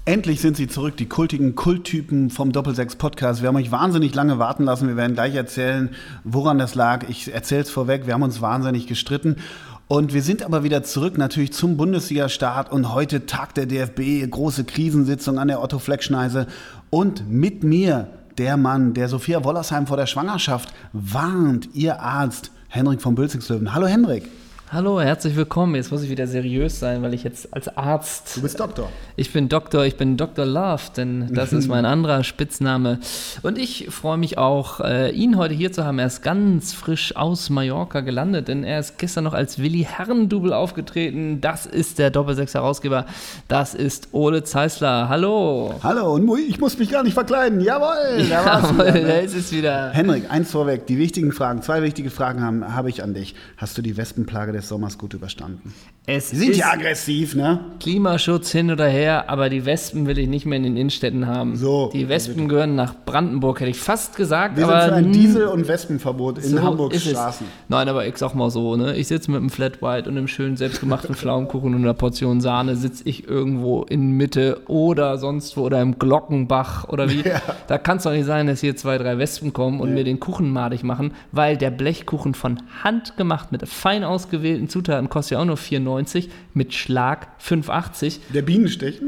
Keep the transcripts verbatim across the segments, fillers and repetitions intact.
Endlich sind sie zurück, die kultigen Kulttypen vom Doppelsechs Podcast. Wir haben euch wahnsinnig lange warten lassen. Wir werden gleich erzählen, woran das lag. Ich erzähle es vorweg, wir haben uns wahnsinnig gestritten. Und wir sind aber wieder zurück natürlich zum Bundesliga-Start und heute Tag der D F B, große Krisensitzung an der Otto-Fleck-Schneise. Und mit mir der Mann, der Sophia Wollersheim vor der Schwangerschaft warnt, ihr Arzt, Henrik von Bülzingslöwen. Hallo Henrik. Hallo, herzlich willkommen. Jetzt muss ich wieder seriös sein, weil ich jetzt als Arzt... Du bist Doktor. Ich bin Doktor, ich bin Doktor Love, denn das ist mein anderer Spitzname. Und ich freue mich auch, äh, ihn heute hier zu haben. Er ist ganz frisch aus Mallorca gelandet, denn er ist gestern noch als Willi Herren-Double aufgetreten. Das ist der Doppelsechs-Herausgeber. Das ist Ole Zeisler. Hallo. Hallo, und ich muss mich gar nicht verkleiden. Jawohl, da war's Jawohl, wieder, ne? Da ist es wieder. Henrik, eins vorweg, die wichtigen Fragen, zwei wichtige Fragen habe hab ich an dich. Hast du die Wespenplage des Sommers gut überstanden? Es Die sind ist ja aggressiv, ne? Klimaschutz hin oder her, aber die Wespen will ich nicht mehr in den Innenstädten haben. So. Die Wespen gehören nach Brandenburg, hätte ich fast gesagt. Wir aber sind für ein Diesel- und Wespenverbot in so Hamburgs ist es. Straßen. Nein, aber ich sag mal so, ne? Ich sitze mit einem Flat White und einem schönen selbstgemachten Pflaumenkuchen und einer Portion Sahne, sitze ich irgendwo in Mitte oder sonst wo oder im Glockenbach oder wie. Ja. Da kann es doch nicht sein, dass hier zwei, drei Wespen kommen und Nee. mir den Kuchen madig machen, weil der Blechkuchen von Hand gemacht mit fein ausgewählten Zutaten kostet ja auch nur vier neunzig, mit Schlag fünf achtzig. Der Bienenstich.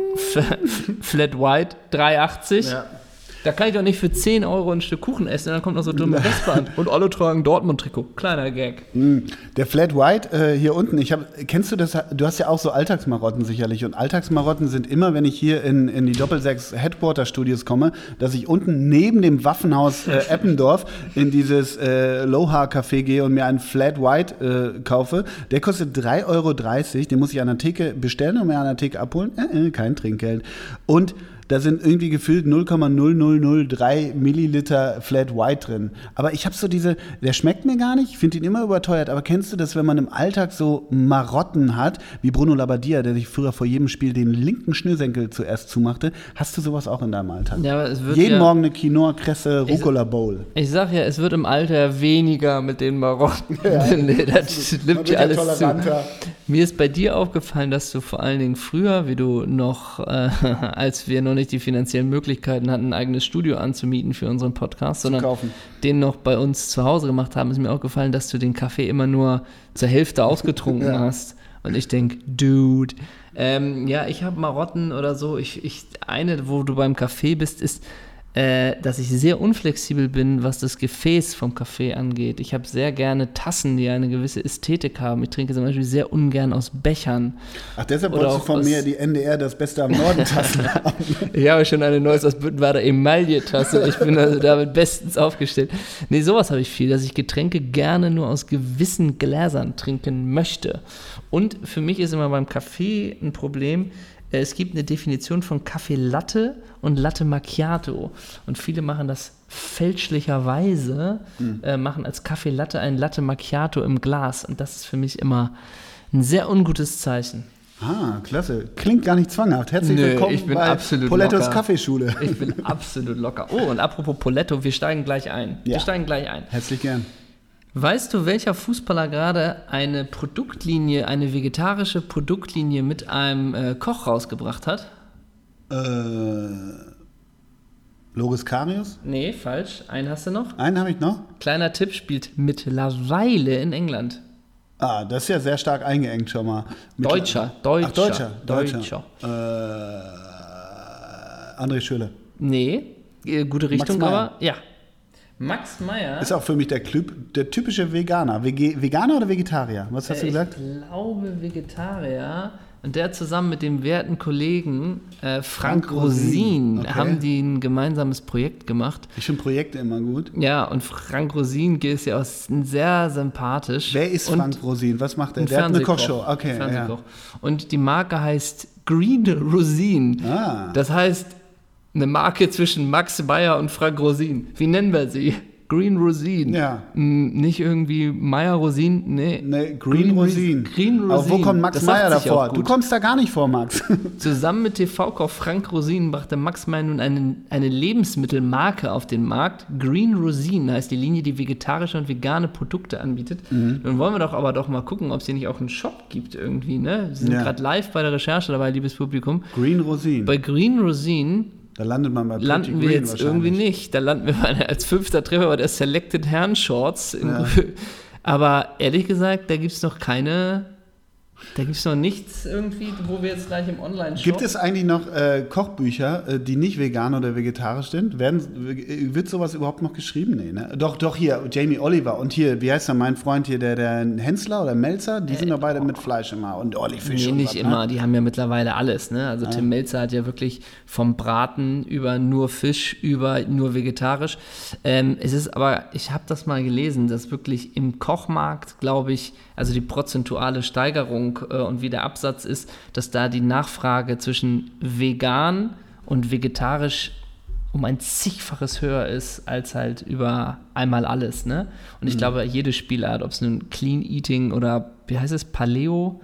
F- Flat White drei achtzig. Ja. Da kann ich doch nicht für zehn Euro ein Stück Kuchen essen und dann kommt noch so dumme Wespe an. Und alle tragen Dortmund-Trikot. Kleiner Gag. Der Flat White äh, hier unten, ich hab, kennst du das? Du hast ja auch so Alltagsmarotten sicherlich. Und Alltagsmarotten sind immer, wenn ich hier in, in die Doppelsechs Headquarter Studios komme, dass ich unten neben dem Waffenhaus äh, Eppendorf in dieses äh, Loha-Café gehe und mir einen Flat White äh, kaufe. Der kostet drei Euro dreißig. Den muss ich an der Theke bestellen und mir an der Theke abholen. Äh, äh, kein Trinkgeld. Und da sind irgendwie gefühlt null Komma null null null drei Milliliter Flat White drin. Aber ich habe so diese, der schmeckt mir gar nicht, ich finde ihn immer überteuert. Aber kennst du das, wenn man im Alltag so Marotten hat, wie Bruno Labbadia, der sich früher vor jedem Spiel den linken Schnürsenkel zuerst zumachte? Hast du sowas auch in deinem Alltag? Ja, aber es wird Jeden ja, Morgen eine Quinoa, Kresse, Rucola Bowl. Ich sag ja, es wird im Alter weniger mit den Marotten. Ja, nee, das Man nimmt wird ja ja alles zu. toleranter. Mir ist bei dir aufgefallen, dass du vor allen Dingen früher, wie du noch, äh, als wir noch nicht die finanziellen Möglichkeiten hatten, ein eigenes Studio anzumieten für unseren Podcast, sondern kaufen. den noch bei uns zu Hause gemacht haben, ist mir aufgefallen, dass du den Kaffee immer nur zur Hälfte ausgetrunken Ja. hast. Und ich denke, Dude. Ähm, ja, ich habe Marotten oder so. Ich, ich, eine, wo du beim Kaffee bist, ist, äh, dass ich sehr unflexibel bin, was das Gefäß vom Kaffee angeht. Ich habe sehr gerne Tassen, die eine gewisse Ästhetik haben. Ich trinke zum Beispiel sehr ungern aus Bechern. Ach, deshalb Oder wolltest du auch von aus- mir die N D R das Beste am Norden Tassen haben. Ich habe schon eine neues aus Büttenwader Emaille-Tasse. Ich bin also damit bestens aufgestellt. Nee, sowas habe ich viel, dass ich Getränke gerne nur aus gewissen Gläsern trinken möchte. Und für mich ist immer beim Kaffee ein Problem, äh, es gibt eine Definition von Kaffee Latte und Latte Macchiato. Und viele machen das fälschlicherweise, Mhm. äh, machen als Kaffee Latte ein Latte Macchiato im Glas. Und das ist für mich immer ein sehr ungutes Zeichen. Ah, klasse. Klingt gar nicht zwanghaft. Herzlich Nö, willkommen ich bin bei absolut Polettos locker. Kaffeeschule. Ich bin absolut locker. Oh, und apropos Poletto, wir steigen gleich ein. Ja. Wir steigen gleich ein. Herzlich gern. Weißt du, welcher Fußballer gerade eine Produktlinie, eine vegetarische Produktlinie mit einem äh, Koch rausgebracht hat? Äh, Loris Karius? Nee, falsch. Einen hast du noch. Einen habe ich noch. Kleiner Tipp, spielt mittlerweile in England. Ah, das ist ja sehr stark eingeengt schon mal. Mit- Deutscher, Deutscher. Ach, Deutscher. Deutscher. Deutscher. Äh, André Schöle. Nee, äh, gute Richtung, Max Meyer. aber ja. Max Meyer. Ist auch für mich der, Klüb, der typische Veganer. Vege, Veganer oder Vegetarier? Was hast Äh, du gesagt? Ich glaube Vegetarier. Und der zusammen mit dem werten Kollegen äh, Frank, Frank Rosin Rosin, okay. haben die ein gemeinsames Projekt gemacht. Ich finde Projekte immer gut. Ja, und Frank Rosin ist ja auch sehr sympathisch. Wer ist und Frank Rosin? Was macht er? Ein Der hat eine Fernsehkoch. Kochshow. Okay, Fernsehkoch. Und die Marke heißt Green Rosin. Ah. Das heißt, eine Marke zwischen Max Meyer und Frank Rosin. Wie nennen wir sie? Green Rosin. Ja. M, nicht irgendwie Meyer Rosin, nee. Nee, Green, Green Rosin. Green Rosin. Aber wo kommt Max Meyer davor? Du gut. kommst da gar nicht vor, Max. Zusammen mit T V-Koch Frank Rosin brachte Max Meyer nun eine, eine Lebensmittelmarke auf den Markt. Green Rosin heißt die Linie, die vegetarische und vegane Produkte anbietet. Mhm. Dann wollen wir doch aber doch mal gucken, ob es hier nicht auch einen Shop gibt irgendwie, ne? Wir sind Ja. gerade live bei der Recherche dabei, liebes Publikum. Green Rosin. Bei Green Rosin Da landet man bei Pretty landen wir Green jetzt irgendwie nicht. Da landen wir bei, als fünfter Treffer bei der Selected Herren-Shorts. Ja. Aber ehrlich gesagt, da gibt es noch keine, da gibt es noch nichts irgendwie, wo wir jetzt gleich im Online-Shop... Gibt es eigentlich noch äh, Kochbücher, äh, die nicht vegan oder vegetarisch sind? Werden, äh, wird sowas überhaupt noch geschrieben? Nee, ne? Doch, doch, hier, Jamie Oliver und hier, wie heißt der, mein Freund hier, der, der Hensler oder Melzer, die sind doch beide mit Fleisch immer und Olli Fisch. Nee, und nicht was, immer, ne? die haben ja mittlerweile alles, ne? Also Tim Melzer hat ja wirklich vom Braten über nur Fisch, über nur vegetarisch. Ähm, es ist aber, ich habe das mal gelesen, dass wirklich im Kochmarkt, glaube ich, also die prozentuale Steigerung äh, und wie der Absatz ist, dass da die Nachfrage zwischen vegan und vegetarisch um ein zigfaches höher ist als halt über einmal alles, ne? Und ich mhm. glaube, jede Spielart, ob es nun Clean Eating oder, wie heißt es, Paleo,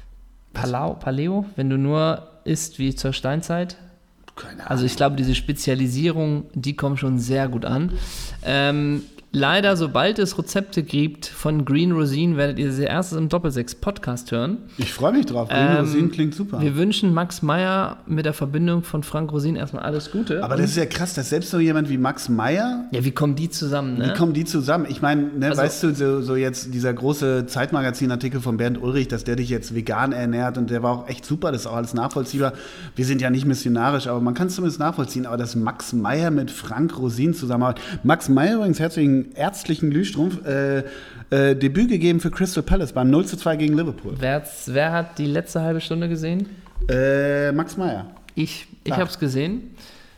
Paleo, Paleo, wenn du nur isst wie zur Steinzeit. Keine Ahnung. Also ich glaube, diese Spezialisierung, die kommt schon sehr gut an. Ähm, Leider, sobald es Rezepte gibt von Green Rosin, werdet ihr sie erst im Doppelsechs-Podcast hören. Ich freue mich drauf. Green Ähm, Rosin klingt super. Wir wünschen Max Meyer mit der Verbindung von Frank Rosin erstmal alles Gute. Aber das ist ja krass, dass selbst so jemand wie Max Meyer, Ja, wie kommen die zusammen, ne? wie kommen die zusammen? Ich meine, ne, Also- weißt du, so, so jetzt dieser große Zeitmagazin-Artikel von Bernd Ulrich, dass der dich jetzt vegan ernährt und der war auch echt super, das ist auch alles nachvollziehbar. Wir sind ja nicht missionarisch, aber man kann es zumindest nachvollziehen. Aber dass Max Meyer mit Frank Rosin zusammenarbeitet. Max Meyer übrigens, herzlichen ärztlichen Glühstrumpf, äh, äh, Debüt gegeben für Crystal Palace beim null zu zwei gegen Liverpool. Wer, wer hat die letzte halbe Stunde gesehen? Äh, Max Meyer. Ich, ich Ach. habe es gesehen.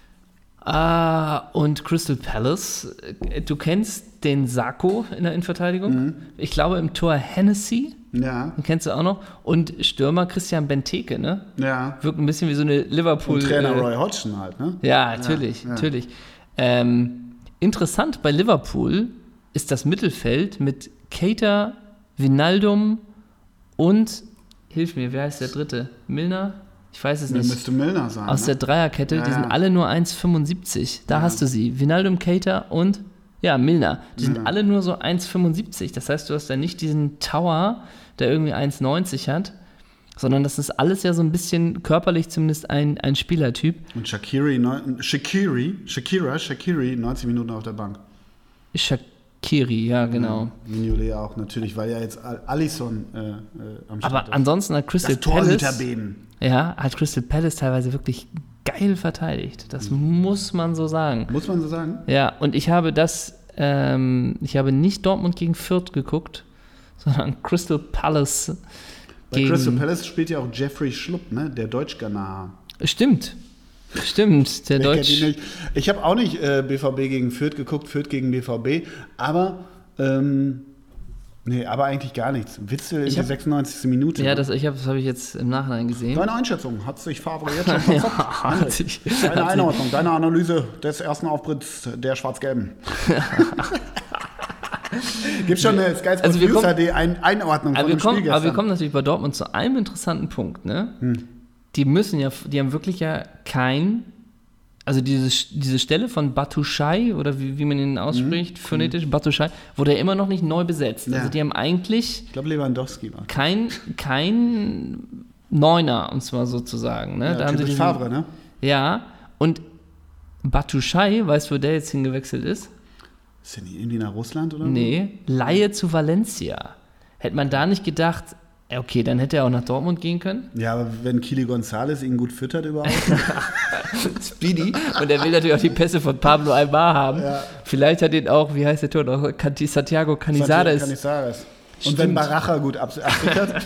Ah, und Crystal Palace, äh, du kennst den Sacco in der Innenverteidigung. Mhm. Ich glaube im Tor Hennessy, Ja, den kennst du auch noch. Und Stürmer Christian Benteke, ne? ja. Wirkt ein bisschen wie so eine Liverpool... Und Trainer äh, Roy Hodgson halt, ne? Ja, natürlich, Ja, ja. natürlich. Ähm, interessant bei Liverpool ist das Mittelfeld mit Keita, Wijnaldum und, hilf mir, wer heißt der dritte? Milner? Ich weiß es Der nicht. müsste Milner sein. Aus ne? der Dreierkette, Ja, die sind ja. alle nur eins Komma fünfundsiebzig. Da Ja. hast du sie. Wijnaldum, Keita und, ja, Milner. Die sind Milner. alle nur so eins Komma fünfundsiebzig. Das heißt, du hast da nicht diesen Tower, der irgendwie eins Komma neunzig hat, sondern das ist alles ja so ein bisschen körperlich zumindest ein, ein Spielertyp. Und Shaqiri, neun- Shaqiri, Shakira, Shaqiri, neunzig Minuten auf der Bank. Shaqiri, ja, genau. Mignolet auch natürlich, weil ja jetzt Al- Alisson äh, äh, am Start Aber ist. ansonsten hat Crystal Das Palace, Torhüterbeben. ja, hat Crystal Palace teilweise wirklich geil verteidigt. Das Mhm. muss man so sagen. Muss man so sagen? Ja, und ich habe das, ähm, ich habe nicht Dortmund gegen Fürth geguckt, sondern Crystal Palace Bei gegen... Crystal Palace spielt ja auch Jeffrey Schlupp, ne? Der Deutsch-Ghana. Stimmt, stimmt, der Wer kennt ihn Deutsch... nicht? Ich habe auch nicht äh, B V B gegen Fürth geguckt, Fürth gegen B V B, aber ähm, nee, aber eigentlich gar nichts. Witzel in Ich der hab- sechsundneunzigsten Minute. Ja, ne? das, ich hab, das habe ich jetzt im Nachhinein gesehen. Deine Einschätzung, hat sich Favre jetzt schon verzockt? Ja, hat sich- Deine hat sich- Einordnung, deine Analyse des ersten Auftritts der Schwarz-Gelben. Gibt schon eine Sky Sports Also wir News kommen- H D ein Einordnung Aber von wir, dem Spiel kommen, aber wir gestern. kommen natürlich bei Dortmund zu einem interessanten Punkt, ne? Hm. Die müssen ja, die haben wirklich ja kein, also diese, diese Stelle von Batuschai, oder wie, wie man ihn ausspricht, phonetisch, Batuschai, wurde ja immer noch nicht neu besetzt. Ja. Also die haben eigentlich Ich glaube, Lewandowski war. kein, kein Neuner, und zwar sozusagen. Ne? Ja, da haben sie typisch diesen, Favre, ne? Ja, und Batuschai, weißt du, wo der jetzt hingewechselt ist? Ist der nicht irgendwie nach Russland oder Nee, Laie zu Valencia. Hätte man da nicht gedacht, ja, okay, dann hätte er auch nach Dortmund gehen können. so? Ja, aber wenn Kili González ihn gut füttert überhaupt. Speedy. Und er will natürlich auch die Pässe von Pablo Aimar haben. Ja. Vielleicht hat ihn auch, wie heißt der Tor noch, Canti- Santiago Canizares Canizares. Und Stimmt. wenn Baracha gut abs- absichert.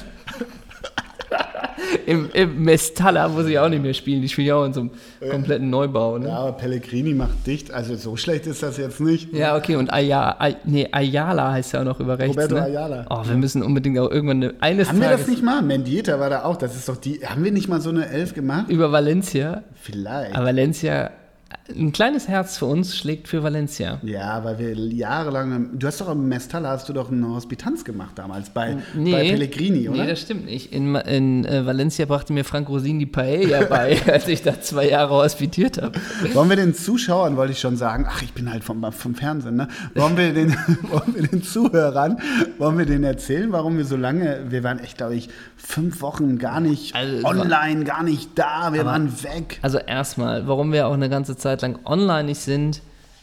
im, im Mestalla muss ich auch nicht mehr spielen. Die spielen ja auch in so einem kompletten Neubau. Ne? Ja, aber Pellegrini macht dicht. Also so schlecht ist das jetzt nicht. Ja, okay, und Aya, Ay, nee, Ayala heißt ja auch noch über rechts. Roberto ne? Ayala. Oh, wir müssen unbedingt auch irgendwann eine, eines Haben wir Tages das nicht mal? Mendieta war da auch. Das ist doch die. Haben wir nicht mal so eine Elf gemacht? über Valencia. Vielleicht. Aber Valencia, ein kleines Herz für uns schlägt für Valencia. Ja, weil wir jahrelang, du hast doch im Mestalla, hast du doch eine Hospitanz gemacht damals, bei, Nee, bei Pellegrini, oder? Nee, das stimmt nicht. In, in äh, Valencia brachte mir Frank Rosin die Paella bei, als ich da zwei Jahre hospitiert habe. Wollen wir den Zuschauern, wollte ich schon sagen, ach, ich bin halt vom, vom Fernsehen, ne? Wollen wir, den, wollen wir den Zuhörern, wollen wir denen erzählen, warum wir so lange, wir waren echt, glaube ich, fünf Wochen gar nicht Also, online, gar nicht da, wir aber- waren weg. Also erstmal, warum wir auch eine ganze Zeit lang online nicht sind,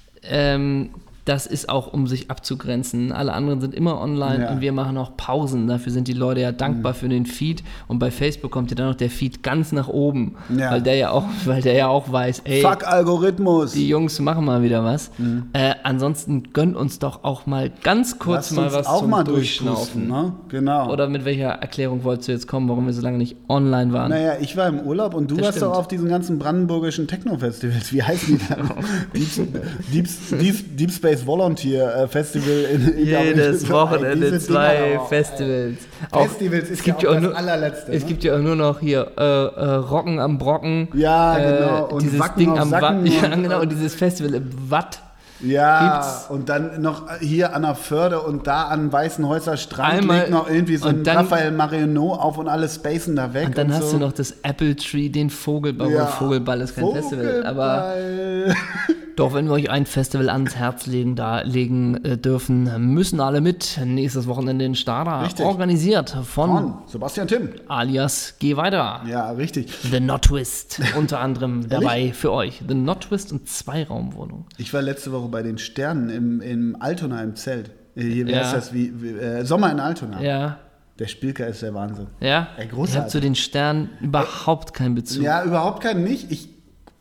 ähm, das ist auch, um sich abzugrenzen. Alle anderen sind immer online Ja. und wir machen auch Pausen. Dafür sind die Leute ja dankbar mhm. für den Feed. Und bei Facebook kommt ja dann noch der Feed ganz nach oben, Ja. weil der ja auch, weil der ja auch weiß, ey, Fuck Algorithmus. die Jungs machen mal wieder was. Mhm. Äh, ansonsten gönnt uns doch auch mal ganz kurz Lass mal uns was auch zum mal Durchschnaufen. durchschnaufen, ne? Genau. Oder mit welcher Erklärung wolltest du jetzt kommen, warum wir so lange nicht online waren? Naja, ich war im Urlaub und du Das warst stimmt. doch auf diesen ganzen brandenburgischen Techno-Festivals. Wie heißen die da? Deep, Deep, Deep, Deep Space Volunteer äh, Festival. In, in Jedes Diese Wochenende zwei Dinger, oh, Festivals. ey. Festivals ist es gibt ja auch ja auch das nur, allerletzte. Es ne? gibt ja auch nur noch hier äh, äh, Rocken am Brocken. Ja, äh, genau. Und dieses Wacken Ding auf am Sacken Watt. Ja, und- genau. Und dieses Festival im Watt. Ja, gibt's. und dann noch hier an der Förde und da an Weißenhäuser Strand Einmal- liegt noch irgendwie so ein und dann- Raphael Marionneau auf und alle spacen da weg. Und dann hast so. du noch das Apple Tree, den Vogelball. Ja. Vogelball ist kein Festival. Aber Vogelball. doch, wenn wir euch ein Festival ans Herz legen, da legen äh, dürfen, müssen alle mit. Nächstes Wochenende in Stara. Richtig. Organisiert von, Mann, Sebastian Timm. alias Geh weiter. Ja, richtig. The Not Twist unter anderem dabei für euch. The Not Twist und Zweiraumwohnung. Ich war letzte Woche bei den Sternen im, im Altona im Zelt. Äh, Hier, wie Ja. heißt das? Wie, wie, äh, Sommer in Altona. Ja. Der Spielker ist der Wahnsinn. Ja? Ey, Ich großartig. habe zu den Sternen überhaupt keinen Bezug. Ja, überhaupt keinen nicht. Ich,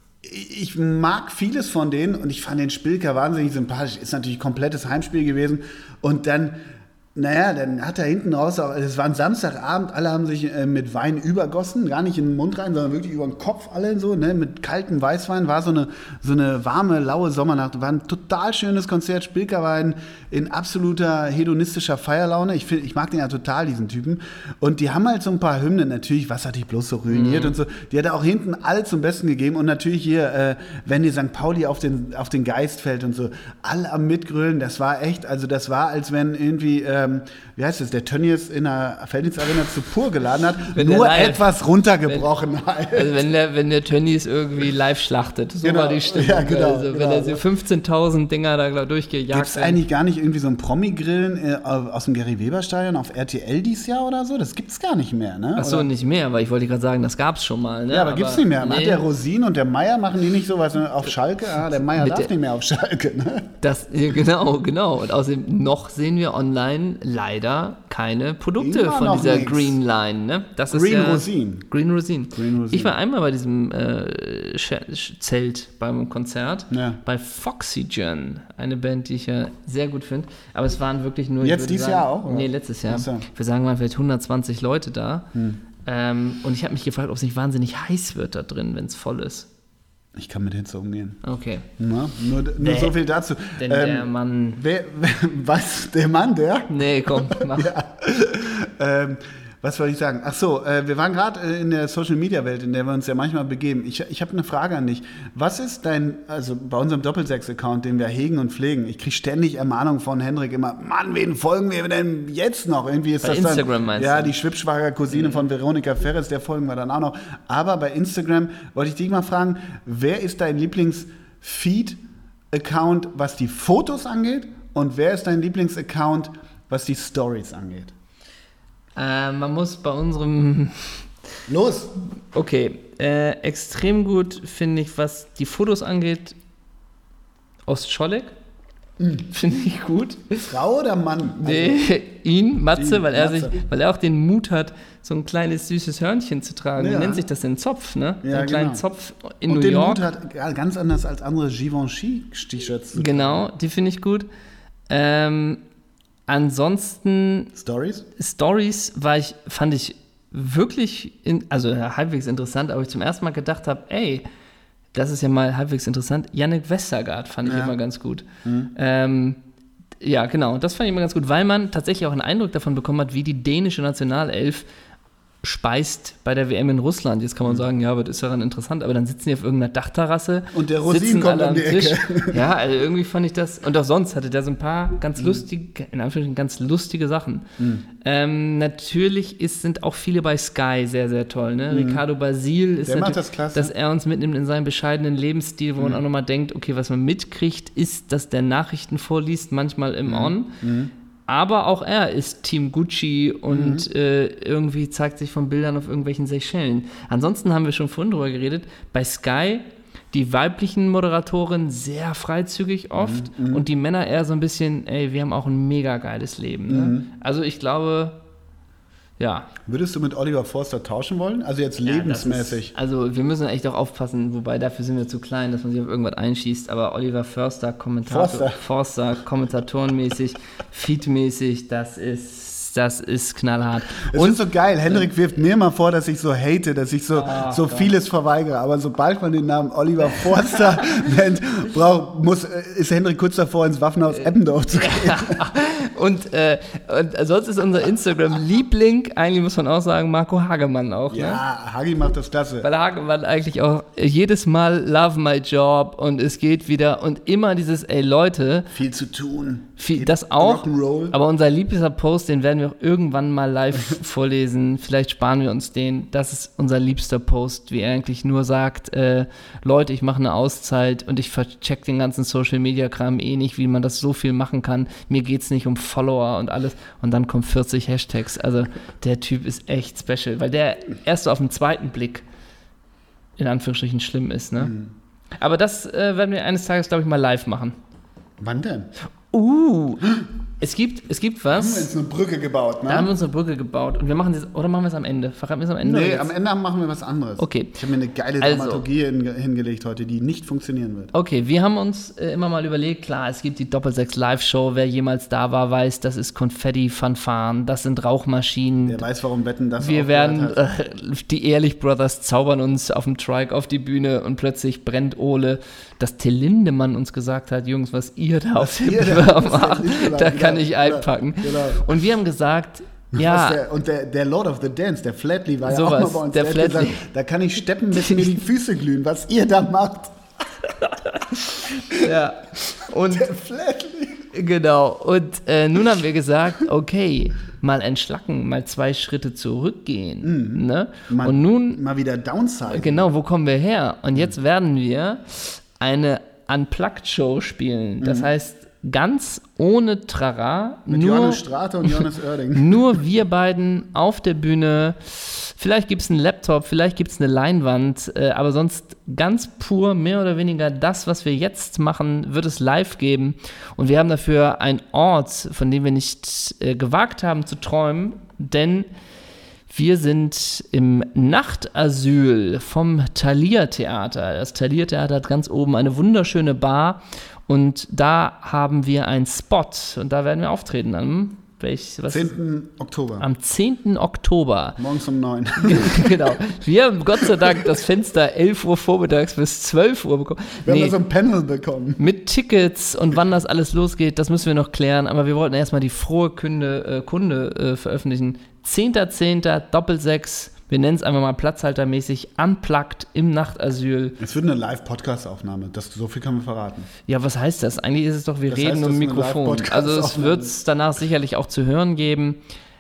ich mag vieles von denen und ich fand den Spilker wahnsinnig sympathisch. Ist natürlich ein komplettes Heimspiel gewesen. Und dann, naja, dann hat er hinten raus, auch, es war ein Samstagabend, alle haben sich äh, mit Wein übergossen, gar nicht in den Mund rein, sondern wirklich über den Kopf alle so, ne, mit kaltem Weißwein. War so eine, so eine warme, laue Sommernacht. War ein total schönes Konzert. Spilker war in, in absoluter hedonistischer Feierlaune. Ich, find, ich mag den ja total, diesen Typen. Und die haben halt so ein paar Hymnen, natürlich, was hat dich bloß so ruiniert Mhm. und so. Die hat er auch hinten alle zum Besten gegeben. Und natürlich hier, äh, wenn die Sankt Pauli auf den, auf den Geist fällt und so, alle am Mitgrölen. Das war echt, also das war, als wenn irgendwie, ähm, wie heißt das, der Tönnies in der Felddienst-Arena zu pur geladen hat, Wenn der nur live- etwas runtergebrochen halt. Also wenn der, wenn der Tönnies irgendwie live schlachtet. So Genau. war die Stimmung. Ja, genau, also, wenn genau. er so fünfzehntausend Dinger da glaub, durchgejagt Gibt es eigentlich gar nicht irgendwie so ein Promi-Grillen äh, aus dem Gary-Weber-Stadion auf R T L dieses Jahr oder so? Das gibt es gar nicht mehr, ne? Achso, Oder? nicht mehr, weil ich wollte gerade sagen, das gab es schon mal. Ne? Ja, aber, gibt's nicht mehr. Nee, Hat der Rosin und der Meier, machen die nicht sowas auf Schalke? Ah, der Meier Mit darf der- nicht mehr auf Schalke, ne? das, ja, genau, genau. Und außerdem noch sehen wir online leider keine Produkte Immer von noch dieser nix. Green Line. Ne? Das Green ist ja, Rosin. Green Rosin. Green Rosin. Ich war einmal bei diesem äh, Sch- Sch- Zelt beim Konzert Ja. bei Foxygen, eine Band, die ich ja sehr gut finde. Aber es waren wirklich nur. ich Jetzt würde dieses sagen, Jahr auch, oder? Nee, letztes Jahr. Ach so. Ich würde sagen, waren vielleicht hundertzwanzig Leute da. Hm. Ähm, und ich habe mich gefragt, ob es nicht wahnsinnig heiß wird da drin, wenn es voll ist. Ich kann mit Hitze umgehen. Okay. Na, nur nur Der- so viel dazu. Denn Ähm, der Mann. wer, was? Der Mann, der? Nee, komm, mach. Ähm, was wollte ich sagen? Ach so, äh, wir waren gerade äh, in der Social-Media-Welt, in der wir uns ja manchmal begeben. Ich, ich habe eine Frage an dich. Was ist dein, also bei unserem Doppelsechs-Account, den wir hegen und pflegen, ich kriege ständig Ermahnungen von Hendrik immer, Mann, wen folgen wir denn jetzt noch? Irgendwie ist Bei das Instagram dann, meinst ja, du? die schwibschwager Cousine Mhm. von Veronika Ferres, der folgen wir dann auch noch. Aber bei Instagram wollte ich dich mal fragen, wer ist dein Lieblings-Feed-Account, was die Fotos angeht? Und wer ist dein Lieblings-Account, was die Stories angeht? Äh, man muss bei unserem. Los! Okay, äh, extrem gut finde ich, was die Fotos angeht, Ostscholek. Finde ich gut. Frau oder Mann? Nee, ihn, Matze, ihn, weil er Matze. sich, weil er auch den Mut hat, so ein kleines süßes Hörnchen zu tragen. Wie Ja. nennt sich das denn? Zopf, ne? so Ja, einen kleinen genau. Zopf in Und New den York. Mut hat ja, ganz anders als andere Givenchy-T-Shirts. Genau, die finde ich gut. Ähm, ansonsten Stories? Stories war ich, fand ich wirklich, in, also ja, halbwegs interessant, aber ich zum ersten Mal gedacht habe, ey, das ist ja mal halbwegs interessant. Yannick Westergaard fand ich Ja. immer ganz gut. Ähm, ja, genau, das fand ich immer ganz gut, weil man tatsächlich auch einen Eindruck davon bekommen hat, wie die dänische Nationalelf speist bei der W M in Russland. Jetzt kann man sagen, ja, aber das ist daran interessant, aber dann sitzen die auf irgendeiner Dachterrasse. Und der Rosin kommt um die Ecke. Ja, also irgendwie fand ich das, und auch sonst hatte der so ein paar ganz lustige, in Anführungsstrichen ganz lustige Sachen. Mhm. Ähm, natürlich ist, sind auch viele bei Sky sehr, sehr toll. Ne? Mhm. Ricardo Basil ist der macht das klasse. Dass er uns mitnimmt in seinen bescheidenen Lebensstil, wo mhm. man auch nochmal denkt, okay, was man mitkriegt, ist, dass der Nachrichten vorliest, manchmal im mhm. On. Mhm. Aber auch er ist Team Gucci und mhm. äh, irgendwie zeigt sich von Bildern auf irgendwelchen Seychellen. Ansonsten haben wir schon vorhin drüber geredet, bei Sky die weiblichen Moderatoren sehr freizügig oft mhm. und die Männer eher so ein bisschen, ey, wir haben auch ein mega geiles Leben. Ne? Mhm. Also ich glaube, ja. Würdest du mit Oliver Forster tauschen wollen? Also jetzt lebensmäßig. Ja, ist, also wir müssen echt auch aufpassen, wobei dafür sind wir zu klein, dass man sich auf irgendwas einschießt, aber Oliver Forster, Kommentator, Forster, Forster kommentatorenmäßig, feedmäßig, das ist das ist knallhart. Es ist so geil. Hendrik wirft mir mal vor, dass ich so hate, dass ich so, oh, so vieles verweigere. Aber sobald man den Namen Oliver Forster nennt, brauch, muss, ist Hendrik kurz davor, ins Waffenhaus Eppendorf zu gehen. und, äh, und sonst ist unser Instagram-Liebling, eigentlich muss man auch sagen, Marco Hagemann auch. Ja, ne? Hagi macht das klasse. Weil Hagemann eigentlich auch jedes Mal love my job und es geht wieder und immer dieses, ey Leute. Viel zu tun. Viel, das auch, aber unser liebster Post, den werden wir auch irgendwann mal live vorlesen. Vielleicht sparen wir uns den. Das ist unser liebster Post, wie er eigentlich nur sagt, äh, Leute, ich mache eine Auszeit und ich vercheck den ganzen Social-Media-Kram eh nicht, wie man das so viel machen kann. Mir geht's nicht um Follower und alles. Und dann kommen vierzig Hashtags. Also der Typ ist echt special, weil der erst so auf den zweiten Blick in Anführungsstrichen schlimm ist. Ne? Mhm. Aber das äh, werden wir eines Tages, glaube ich, mal live machen. Wann denn? Uh, es gibt, es gibt was. Da haben wir uns eine Brücke gebaut, ne? Da haben wir uns eine Brücke gebaut und wir machen das, oder machen wir es am Ende? Verraten wir es am Ende? Nee, am Ende machen wir was anderes. Okay. Ich habe mir eine geile also, Dramaturgie hinge- hingelegt heute, die nicht funktionieren wird. Okay, wir haben uns äh, immer mal überlegt, klar, es gibt die Doppelsechs Live-Show, wer jemals da war, weiß, das ist Konfetti, Fanfaren, das sind Rauchmaschinen. Der weiß, warum Wetten das Wir werden, äh, die Ehrlich Brothers zaubern uns auf dem Trike auf die Bühne und plötzlich brennt Ole, dass Till Lindemann uns gesagt hat, Jungs, was ihr da auf dem Bühne macht, da kann ich einpacken. Genau. Und wir haben gesagt, ja. Der, und der, der Lord of the Dance, der Flatley, war sowas, ja auch mal bei uns. Der, der Flatley. Gesagt, da kann ich steppen, bis mir die Füße glühen, was ihr da macht. Ja. Und der Flatley. Genau. Und äh, nun haben wir gesagt, okay, mal entschlacken, mal zwei Schritte zurückgehen. Mhm. Ne? Mal, und nun mal wieder downsize. Genau, wo kommen wir her? Und jetzt mhm. werden wir eine Unplugged-Show spielen. Das mhm. heißt, ganz ohne Trara. Mit nur, Johannes Strate und Johannes Oerding. Nur wir beiden auf der Bühne. Vielleicht gibt es einen Laptop, vielleicht gibt es eine Leinwand, äh, aber sonst ganz pur, mehr oder weniger das, was wir jetzt machen, wird es live geben. Und wir haben dafür einen Ort, von dem wir nicht äh, gewagt haben zu träumen, denn wir sind im Nachtasyl vom Thalia Theater. Das Thalia Theater hat ganz oben eine wunderschöne Bar und da haben wir einen Spot und da werden wir auftreten am welch, was? zehnten Oktober. Am zehnten Oktober. Morgens um neun. Genau. Wir haben Gott sei Dank das Fenster elf Uhr vormittags bis zwölf Uhr bekommen. Wir nee, haben da so ein Panel bekommen. Mit Tickets und wann das alles losgeht, das müssen wir noch klären. Aber wir wollten erstmal die frohe Kunde, äh, Kunde äh, veröffentlichen. zehnter zehnter Doppelsechs. Wir nennen es einfach mal platzhaltermäßig unplugged im Nachtasyl. Es wird eine Live-Podcast-Aufnahme, das, so viel kann man verraten. Ja, was heißt das? Eigentlich ist es doch, wir das reden heißt, um Mikrofon. Also es wird es danach sicherlich auch zu hören geben.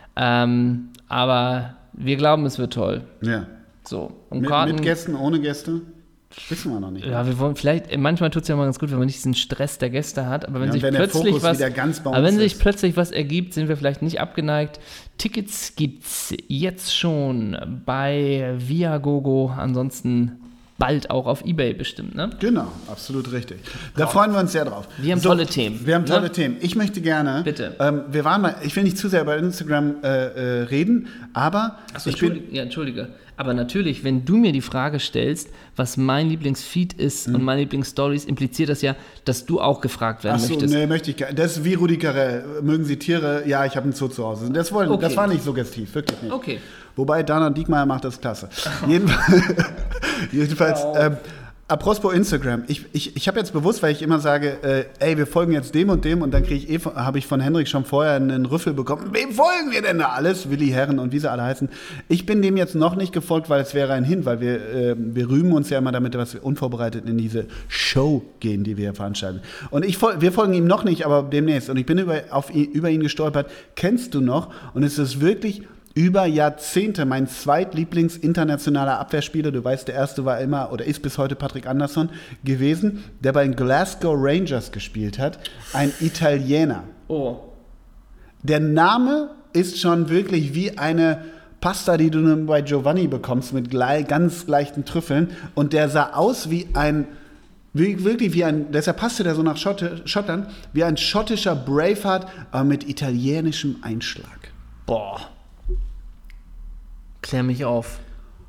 Ähm, aber wir glauben, es wird toll. Ja. So. Und mit, Karten, mit Gästen, ohne Gäste? Wissen wir noch nicht. Ja, wir wollen vielleicht, manchmal tut es ja mal ganz gut, wenn man nicht diesen Stress der Gäste hat, aber wenn ja, sich wenn plötzlich was, aber wenn sich ist. plötzlich was ergibt, sind wir vielleicht nicht abgeneigt. Tickets gibt's jetzt schon bei Viagogo, ansonsten bald auch auf eBay bestimmt, ne? Genau, absolut richtig. Da Kauf. freuen wir uns sehr drauf. Wir haben so, tolle Themen. Wir haben tolle ne? Themen. Ich möchte gerne, Bitte. Ähm, wir waren mal, ich will nicht zu sehr über Instagram äh, äh, reden, aber Achso, ich Entschuldige, bin, ja, Entschuldige. Aber natürlich, wenn du mir die Frage stellst, was mein Lieblingsfeed ist mhm. und meine Lieblingsstories, impliziert das ja, dass du auch gefragt werden Ach so, möchtest. nee, möchte ich gar nicht. Das ist wie Rudi Carell. Mögen Sie Tiere? Ja, ich habe einen Zoo zu Hause. Das, wollen, okay. das war nicht suggestiv, wirklich nicht. Okay. Wobei Dana Diekmeyer macht das klasse. Jedenfalls, jedenfalls wow. ähm, apropos Instagram, ich, ich, ich habe jetzt bewusst, weil ich immer sage, äh, ey, wir folgen jetzt dem und dem und dann kriege ich eh, habe ich von Hendrik schon vorher einen Rüffel bekommen. Wem folgen wir denn da alles? Willi Herren und wie sie alle heißen. Ich bin dem jetzt noch nicht gefolgt, weil es wäre ein Hin, weil wir, äh, wir rühmen uns ja immer damit, dass wir unvorbereitet in diese Show gehen, die wir hier veranstalten. Und ich, wir folgen ihm noch nicht, aber demnächst. Und ich bin über, auf ihn, über ihn gestolpert. Kennst du noch? Und es ist wirklich über Jahrzehnte mein zweitlieblings-internationaler Abwehrspieler, du weißt, der erste war immer oder ist bis heute Patrick Andersson gewesen, der bei den Glasgow Rangers gespielt hat, ein Italiener. Oh. Der Name ist schon wirklich wie eine Pasta, die du bei Giovanni bekommst, mit gleich, ganz leichten Trüffeln, und der sah aus wie ein Wie, wirklich wie ein, deshalb passte der so nach Schott, Schottland, wie ein schottischer Braveheart, aber mit italienischem Einschlag. Boah. Klär mich auf.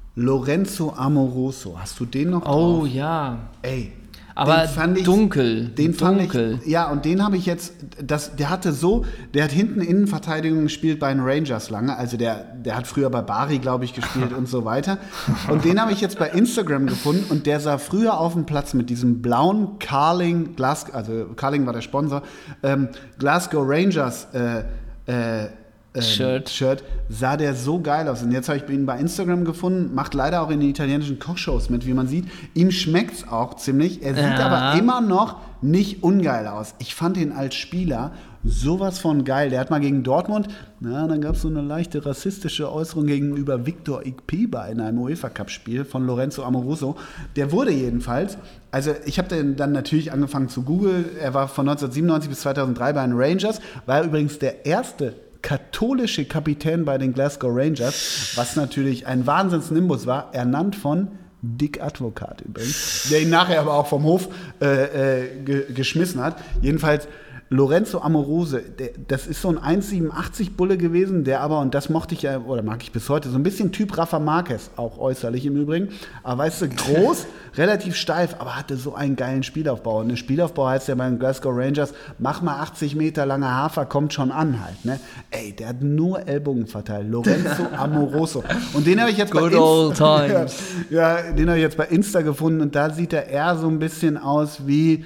Lorenzo Amoroso, hast du den noch Oh drauf? ja. Ey. Aber den fand ich, dunkel. Den dunkel. fand ich, ja, und den habe ich jetzt, das, der hatte so, der hat hinten Innenverteidigung gespielt bei den Rangers lange, also der, der hat früher bei Bari, glaube ich, gespielt und so weiter. Und den habe ich jetzt bei Instagram gefunden und der sah früher auf dem Platz mit diesem blauen Carling, Glas, also Carling war der Sponsor, ähm, Glasgow Rangers äh, äh, Ähm, Shirt. Shirt, sah der so geil aus. Und jetzt habe ich ihn bei Instagram gefunden, macht leider auch in den italienischen Kochshows mit, wie man sieht. Ihm schmeckt es auch ziemlich. Er sieht ja. aber immer noch nicht ungeil aus. Ich fand ihn als Spieler sowas von geil. Der hat mal gegen Dortmund, na, dann gab es so eine leichte rassistische Äußerung gegenüber Victor Ikpiba in einem UEFA-Cup-Spiel von Lorenzo Amoroso. Der wurde jedenfalls, also ich habe den dann natürlich angefangen zu googeln. Er war von neunzehnhundertsiebenundneunzig bis zweitausenddrei bei den Rangers, war übrigens der erste katholische Kapitän bei den Glasgow Rangers, was natürlich ein Wahnsinns-Nimbus war, ernannt von Dick Advokat übrigens, der ihn nachher aber auch vom Hof äh, äh, ge- geschmissen hat. Jedenfalls Lorenzo Amoroso, der, das ist so ein eins Komma siebenundachtzig Bulle gewesen, der aber, und das mochte ich ja, oder mag ich bis heute, so ein bisschen Typ Rafa Marquez, auch äußerlich im Übrigen, aber weißt du, groß, relativ steif, aber hatte so einen geilen Spielaufbau. Und ein Spielaufbau heißt ja bei den Glasgow Rangers, mach mal achtzig Meter langer Hafer, kommt schon an halt, ne? Ey, der hat nur Ellbogen verteilt, Lorenzo Amoroso. Und den habe ich jetzt Good bei old Insta, times. ja, ja, den habe ich jetzt bei Insta gefunden und da sieht er eher so ein bisschen aus wie,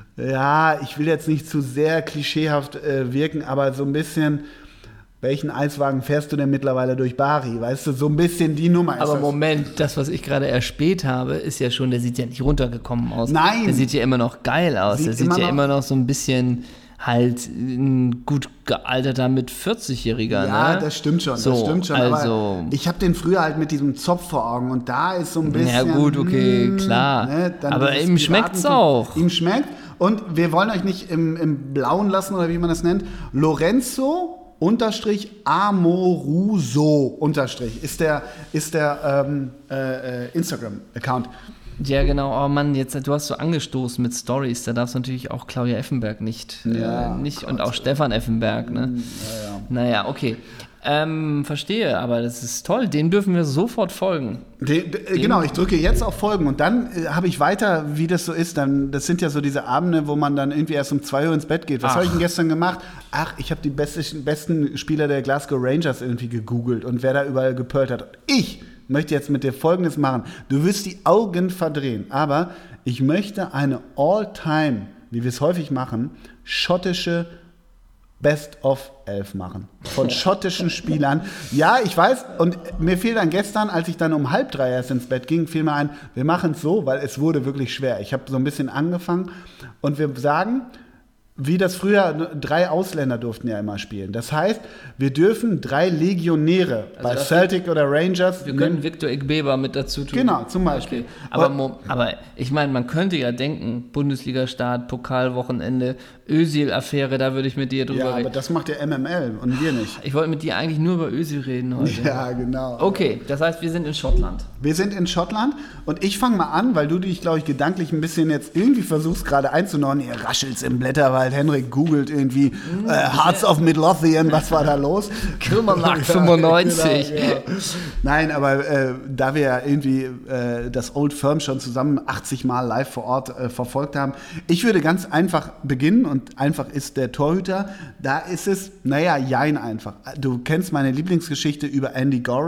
ja, ich will jetzt nicht zu sehr klischeehaft äh, wirken, aber so ein bisschen, welchen Eiswagen fährst du denn mittlerweile durch Bari? Weißt du, so ein bisschen die Nummer ist Aber das. Moment, das, was ich gerade erspäht habe, ist ja schon, der sieht ja nicht runtergekommen aus. Nein. Der sieht ja immer noch geil aus. Sieht der sieht immer ja noch- immer noch so ein bisschen halt ein gut gealterter mit vierzigjähriger. Ja, ne? das stimmt schon, so, das stimmt schon. Also, Aber ich habe den früher halt mit diesem Zopf vor Augen und da ist so ein bisschen. Ja gut, okay, mm, klar. ne, dann Aber dieses ihm schmeckt's Piratentum. auch. Ihm schmeckt. Und wir wollen euch nicht im, im Blauen lassen oder wie man das nennt. Lorenzo unterstrich Amoruso unterstrich ist der, ist der ähm, äh, Instagram-Account. ja genau, oh Mann, jetzt, du hast so angestoßen mit Stories, da darfst du natürlich auch Claudia Effenberg nicht, Ja, äh, nicht Gott. und auch Stefan Effenberg, ne? Ja, ja. Naja, okay. Ähm, verstehe, aber das ist toll, den dürfen wir sofort folgen. De, de, genau, ich drücke jetzt auf Folgen und dann äh, habe ich weiter, wie das so ist. Dann, das sind ja so diese Abende, wo man dann irgendwie erst um zwei Uhr ins Bett geht. Was Ach. habe ich denn gestern gemacht? Ach, ich habe die besten, besten Spieler der Glasgow Rangers irgendwie gegoogelt und wer da überall gepölt hat. Ich möchte jetzt mit dir Folgendes machen. Du wirst die Augen verdrehen, aber ich möchte eine All-Time, wie wir es häufig machen, schottische Best-of-Elf machen. Von schottischen Spielern. Ja, ich weiß, und mir fiel dann gestern, als ich dann um halb drei erst ins Bett ging, fiel mir ein, wir machen es so, weil es wurde wirklich schwer. Ich habe so ein bisschen angefangen und wir sagen, wie das früher, drei Ausländer durften ja immer spielen. Das heißt, wir dürfen drei Legionäre bei das- Celtic oder Rangers. Wir können Victor Igbeber mit dazu tun. Genau, zum Beispiel. Okay. Aber, Und- Mo- aber ich meine, man könnte ja denken, Bundesliga-Start, Pokalwochenende, Özil-Affäre, da würde ich mit dir drüber Ja, aber reden. das macht ja M M L und wir nicht. Ich wollte mit dir eigentlich nur über Özil reden heute. Ja, genau. Okay, das heißt, wir sind in Schottland. Wir sind in Schottland und ich fange mal an, weil du dich, glaube ich, gedanklich ein bisschen jetzt irgendwie versuchst gerade einzunordnen. Ihr raschelt's im Blätterwald, Henrik googelt irgendwie äh, Hearts of Midlothian, was war da los? Kilmarnock fünfundneunzig. Genau, genau. Nein, aber äh, da wir ja irgendwie äh, das Old Firm schon zusammen achtzig Mal live vor Ort äh, verfolgt haben, ich würde ganz einfach beginnen und einfach ist der Torhüter, da ist es, naja, jein einfach. Du kennst meine Lieblingsgeschichte über Andy Gorham.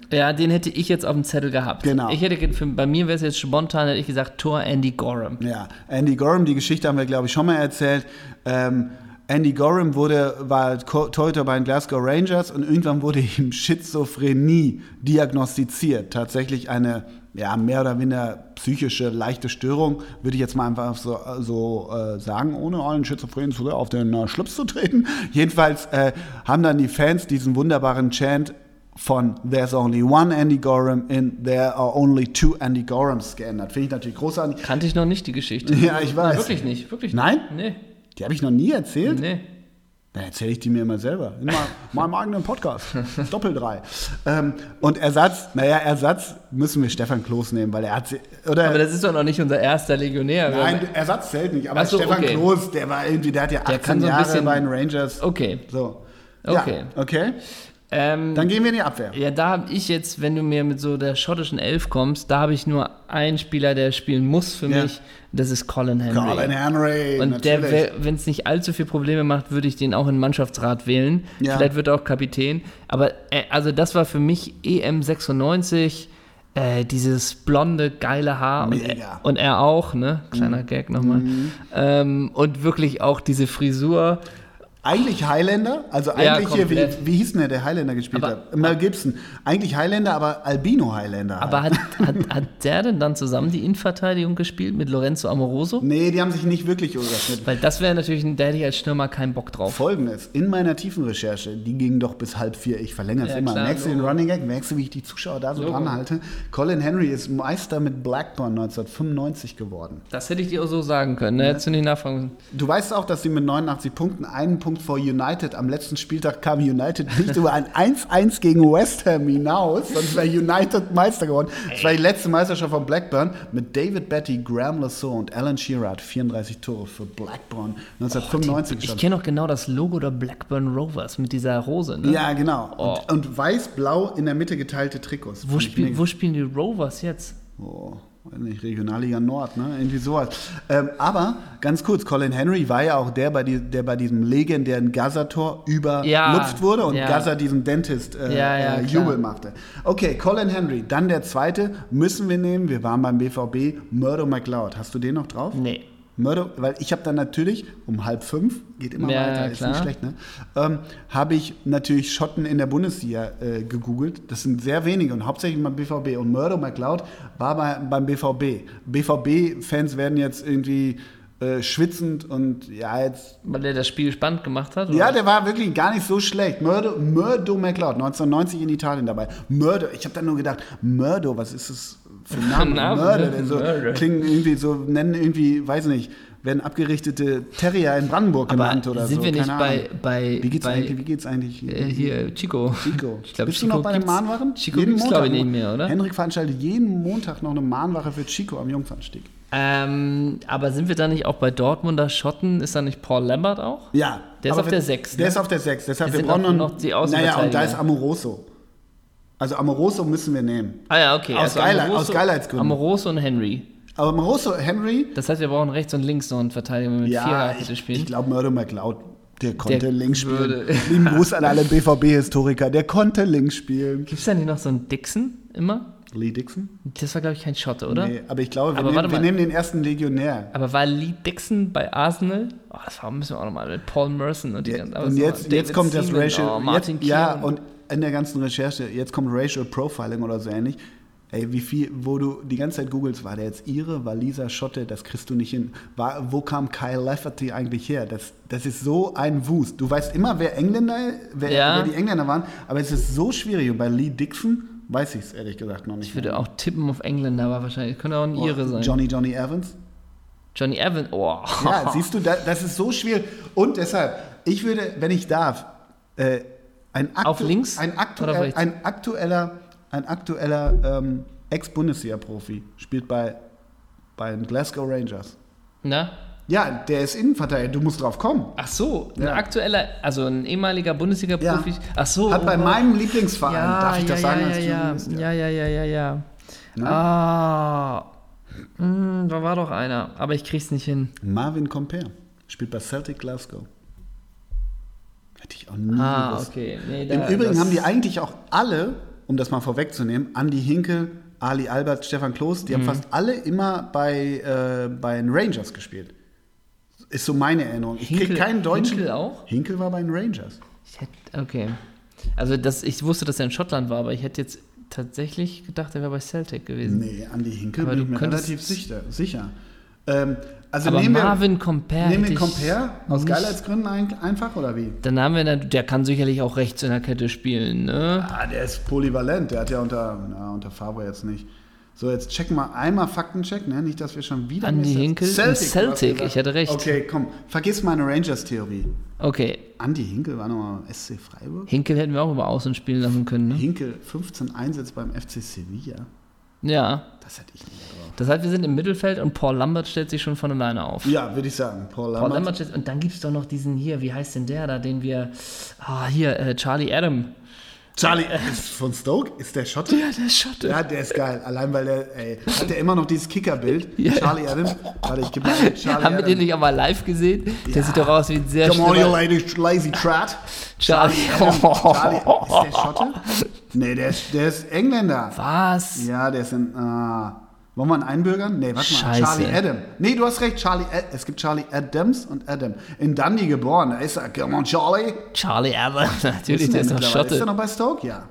Ja, den hätte ich jetzt auf dem Zettel gehabt. Genau. Ich hätte, für, bei mir wäre es jetzt spontan, hätte ich gesagt, Tor Andy Gorham. Ja, Andy Gorham, die Geschichte haben wir, glaube ich, schon mal erzählt. Ähm, Andy Gorham wurde, war Torhüter bei den Glasgow Rangers und irgendwann wurde ihm Schizophrenie diagnostiziert. Tatsächlich eine, ja, mehr oder minder psychische, leichte Störung, würde ich jetzt mal einfach so, so äh, sagen, ohne allen Schizophrenen zu auf den äh, Schlips zu treten. Jedenfalls äh, haben dann die Fans diesen wunderbaren Chant von There's only one Andy Gorham in There are only two Andy Gorhams geändert. Finde ich natürlich großartig. Kannte ich noch nicht, die Geschichte. Ja, ich weiß. Nein, wirklich nicht, wirklich nicht. Nein? Nee. Die habe ich noch nie erzählt? Nee. Dann erzähle ich die mir immer selber. In meinem eigenen Podcast. Doppel drei. Ähm, und Ersatz, naja, Ersatz müssen wir Stefan Kloß nehmen, weil er hat sie, oder? Aber das ist doch noch nicht unser erster Legionär. Nein, Ersatz zählt nicht. Aber so, Stefan okay. Kloß, der war irgendwie, der hat ja achtzehn so ein Jahre bisschen- bei den Rangers. Okay. So. Okay. Ja, okay. Ähm, Dann gehen wir in die Abwehr. ja, da habe ich jetzt, wenn du mir mit so der schottischen Elf kommst, da habe ich nur einen Spieler, der spielen muss für Ja. mich. Das ist Colin Henry. Colin Henry, Und der, natürlich. wenn es nicht allzu viel Probleme macht, würde ich den auch in den Mannschaftsrat wählen. Ja. Vielleicht wird er auch Kapitän. Aber äh, also das war für mich E M sechsundneunzig, äh, dieses blonde, geile Haar. Und Mega. er, und er auch, ne? Kleiner Mhm. Gag nochmal. Ähm, und wirklich auch diese Frisur. Eigentlich Highlander, also Ja, eigentlich hier, wie, komplett. wie hieß denn der, der Highlander gespielt Aber- hat? Mel Gibson. Eigentlich Highlander, aber Albino Highlander. Aber halt. hat, hat, hat der denn dann zusammen die Innenverteidigung gespielt mit Lorenzo Amoroso? Nee, die haben sich nicht wirklich überschnitten. Weil das wäre natürlich, ein- da hätte ich als Stürmer keinen Bock drauf. Folgendes, in meiner tiefen Recherche, die ging doch bis halb vier, ich verlängere es Ja, immer. klar, Merkst du den Logo. Running Gag? Merkst du, wie ich die Zuschauer da so Logo. dran halte? Colin Henry ist Meister mit Blackburn neunzehnhundertfünfundneunzig geworden. Das hätte ich dir auch so sagen können, ne? Hättest du nicht nachfragen müssen. Du weißt auch, dass sie mit neunundachtzig Punkten einen Punkt vor United, am letzten Spieltag kam United nicht über ein eins eins gegen West Ham hinaus, sonst wäre United Meister geworden. Das war die letzte Meisterschaft von Blackburn mit David Batty, Graham Lasso und Alan Shearer hat vierunddreißig Tore für Blackburn neunzehnhundertfünfundneunzig Ich geschossen. kenne noch genau das Logo der Blackburn Rovers mit dieser Rose, ne? Ja, genau. Oh. Und, und weiß-blau in der Mitte geteilte Trikots. Wo, Fand ich spiel, mega. wo spielen die Rovers jetzt? Oh, weiß nicht, Regionalliga Nord, ne? Irgendwie sowas. Ähm, aber ganz kurz, Colin Henry war ja auch der, bei die, der bei diesem legendären Gaza-Tor überlupft Ja, wurde und ja. Gaza diesen Dentist äh, Ja, ja, äh, klar. Jubel machte. Okay, Colin Henry. Dann der zweite müssen wir nehmen. Wir waren beim B V B. Murdo McLeod. Hast du den noch drauf? Nee. Murdo, weil ich habe dann natürlich um halb fünf, geht immer Ja, weiter, ist klar. nicht schlecht, ne? Ähm, habe ich natürlich Schotten in der Bundesliga äh, gegoogelt. Das sind sehr wenige und hauptsächlich beim B V B. Und Murdo McLeod war bei, beim B V B. B V B-Fans werden jetzt irgendwie äh, schwitzend und ja, jetzt. Weil der das Spiel spannend gemacht hat? Oder? Ja, der war wirklich gar nicht so schlecht. Murdo, Murdo McLeod, neunzehnhundertneunzig in Italien dabei. Murdo, ich habe dann nur gedacht, Murdo, was ist das für ein Name? Name, Murdo, ne? der so Murdo. klingen irgendwie so, nennen irgendwie, weiß nicht, werden abgerichtete Terrier in Brandenburg Aber genannt oder sind so. wir nicht keine bei, Ahnung. bei, Wie geht's bei eigentlich? Wie geht's eigentlich? äh, hier, Chico. Chico. Ich glaub, Bist Chico du noch bei den gibt's- Mahnwachen? Chico gibt's, glaube ich, nicht mehr, oder? Henrik veranstaltet jeden Montag noch eine Mahnwache für Chico am Jungfernstieg. Ähm, aber sind wir da nicht auch bei Dortmunder Schotten? Ist da nicht Paul Lambert auch? Ja. Der ist aber auf wir- der sechs, Der ne? ist auf der sechs. Deshalb Es wir sind brauchen auch noch, noch die Naja, und da Außenverteidiger. ist Amoroso. Also Amoroso müssen wir nehmen. Ah ja, okay. Aus Geilheit- aus Geilheitsgründen. Amoroso und Henry. Aber Amoroso, Henry, Das heißt, wir brauchen rechts und links noch einen Verteidiger, wenn wir mit ja, Viererkette ich, spielen. ich glaube Murdo McLeod, der konnte Der links spielen. würde- Lieben Gruß an alle B V B-Historiker, der konnte links spielen. Gibt es da nicht noch so einen Dixon immer? Lee Dixon? Das war, glaube ich, kein Schotte, oder? Nee, aber ich glaube, wir, Aber nehmen, warte wir mal. nehmen den ersten Legionär. Aber war Lee Dixon bei Arsenal? Oh, das war, müssen wir auch nochmal mit Paul Merson und die Ja, ganzen. aber und so jetzt, David jetzt kommt das Seaman, Racial. Oh, Martin jetzt, ja, Keown. und in der ganzen Recherche, jetzt kommt Racial Profiling oder so ähnlich. Ey, wie viel, wo du die ganze Zeit googelst, war der jetzt Ire, war Lisa Schotte, das kriegst du nicht hin. War, wo kam Kyle Lafferty eigentlich her? Das, das ist so ein Wust. Du weißt immer, wer Engländer, wer, Ja. wer die Engländer waren, aber es ist so schwierig. Und bei Lee Dixon weiß ich es ehrlich gesagt noch nicht. Ich würde auch tippen auf Engländer, aber wahrscheinlich könnte auch ein Oh, Ire sein. Johnny Johnny Evans. Johnny Evans, oh. Ja, siehst du, da, das ist so schwierig. Und deshalb, ich würde, wenn ich darf, äh, ein, aktu Auf links ein, oder aktuell, rechts? ein aktueller, ein aktueller ähm, Ex-Bundesliga-Profi spielt bei, bei den Glasgow Rangers. Na? Ja, der ist Innenverteidiger, du musst drauf kommen. Ach so, ein Ja. aktueller, also ein ehemaliger Bundesliga-Profi. Ja. Ach so. Hat bei oh, meinem Lieblingsverein, ja, darf ich ja, das ja, sagen ja, als ja, Journalist? ja, ja, ja, ja, ja. Na? Ah, hm, da war doch einer, aber ich krieg's nicht hin. Marvin Comper spielt bei Celtic Glasgow. Hätte ich auch nie Ah, gewusst. okay. Nee, Im da- Übrigen das- haben die eigentlich auch alle um das mal vorwegzunehmen, Andi Hinkel, Ali Albert, Stefan Kloß, die mhm. haben fast alle immer bei, äh, bei den Rangers gespielt. Ist so meine Erinnerung. Ich kriege keinen Deutschen. Hinkel auch? Hinkel war bei den Rangers. Ich hätte, okay. Also das, ich wusste, dass er in Schottland war, aber ich hätte jetzt tatsächlich gedacht, er wäre bei Celtic gewesen. Nee, Andi Hinkel aber bin ich mir relativ sicher. sicher. Ähm, also aber nehmen Marvin wir, Compare. Nehmen wir Compare aus Geilheitsgründen ein, einfach, oder wie? Dann haben wir, der kann sicherlich auch rechts in der Kette spielen, ne? Ah, der ist polyvalent. Der hat ja unter, na, unter Favre jetzt nicht. So, jetzt checken wir einmal Faktencheck, ne? Nicht, dass wir schon wieder... Andi Hinkel Celtic, Celtic, ich hatte recht. Okay, komm, vergiss meine Rangers-Theorie. Okay. Andi Hinkel war nochmal S C Freiburg? Hinkel hätten wir auch über Außen spielen lassen können, ne? Hinkel, fünfzehn Einsätze beim F C Sevilla. Ja. Das hätte ich nicht drauf. Das heißt, wir sind im Mittelfeld und Paul Lambert stellt sich schon von alleine auf. Ja, würde ich sagen. Paul Lambert. Paul Lambert steht, und dann gibt es doch noch diesen hier, wie heißt denn der da, den wir... Ah, hier, äh, Charlie Adam. Charlie ist von Stoke? Ist der Schotte? Ja, der ist Schotte. Ja, der ist geil. Allein weil der, ey, hat der immer noch dieses Kickerbild. Ja. Charlie Adam. Warte, ich gebe mal Charlie Haben wir Adam. den nicht auch mal live gesehen? Der Ja. sieht doch aus wie ein sehr Come on, you schlimmer... lady, lazy trat. Charlie. Adam. Charlie, ist der Schotte? Nee, der ist, der ist Engländer. Was? Ja, der ist in, ah. Wollen wir einen einbürgern? Nee, warte mal. Scheiße. Charlie Adam. Nee, du hast recht, Charlie. Ad- Es gibt Charlie Adams und Adam. In Dundee geboren. Da ist er. Come on, Charlie. Charlie Adam, natürlich, Ist der ist doch mittlerweile? Ist Schotte. er noch bei Stoke? Ja.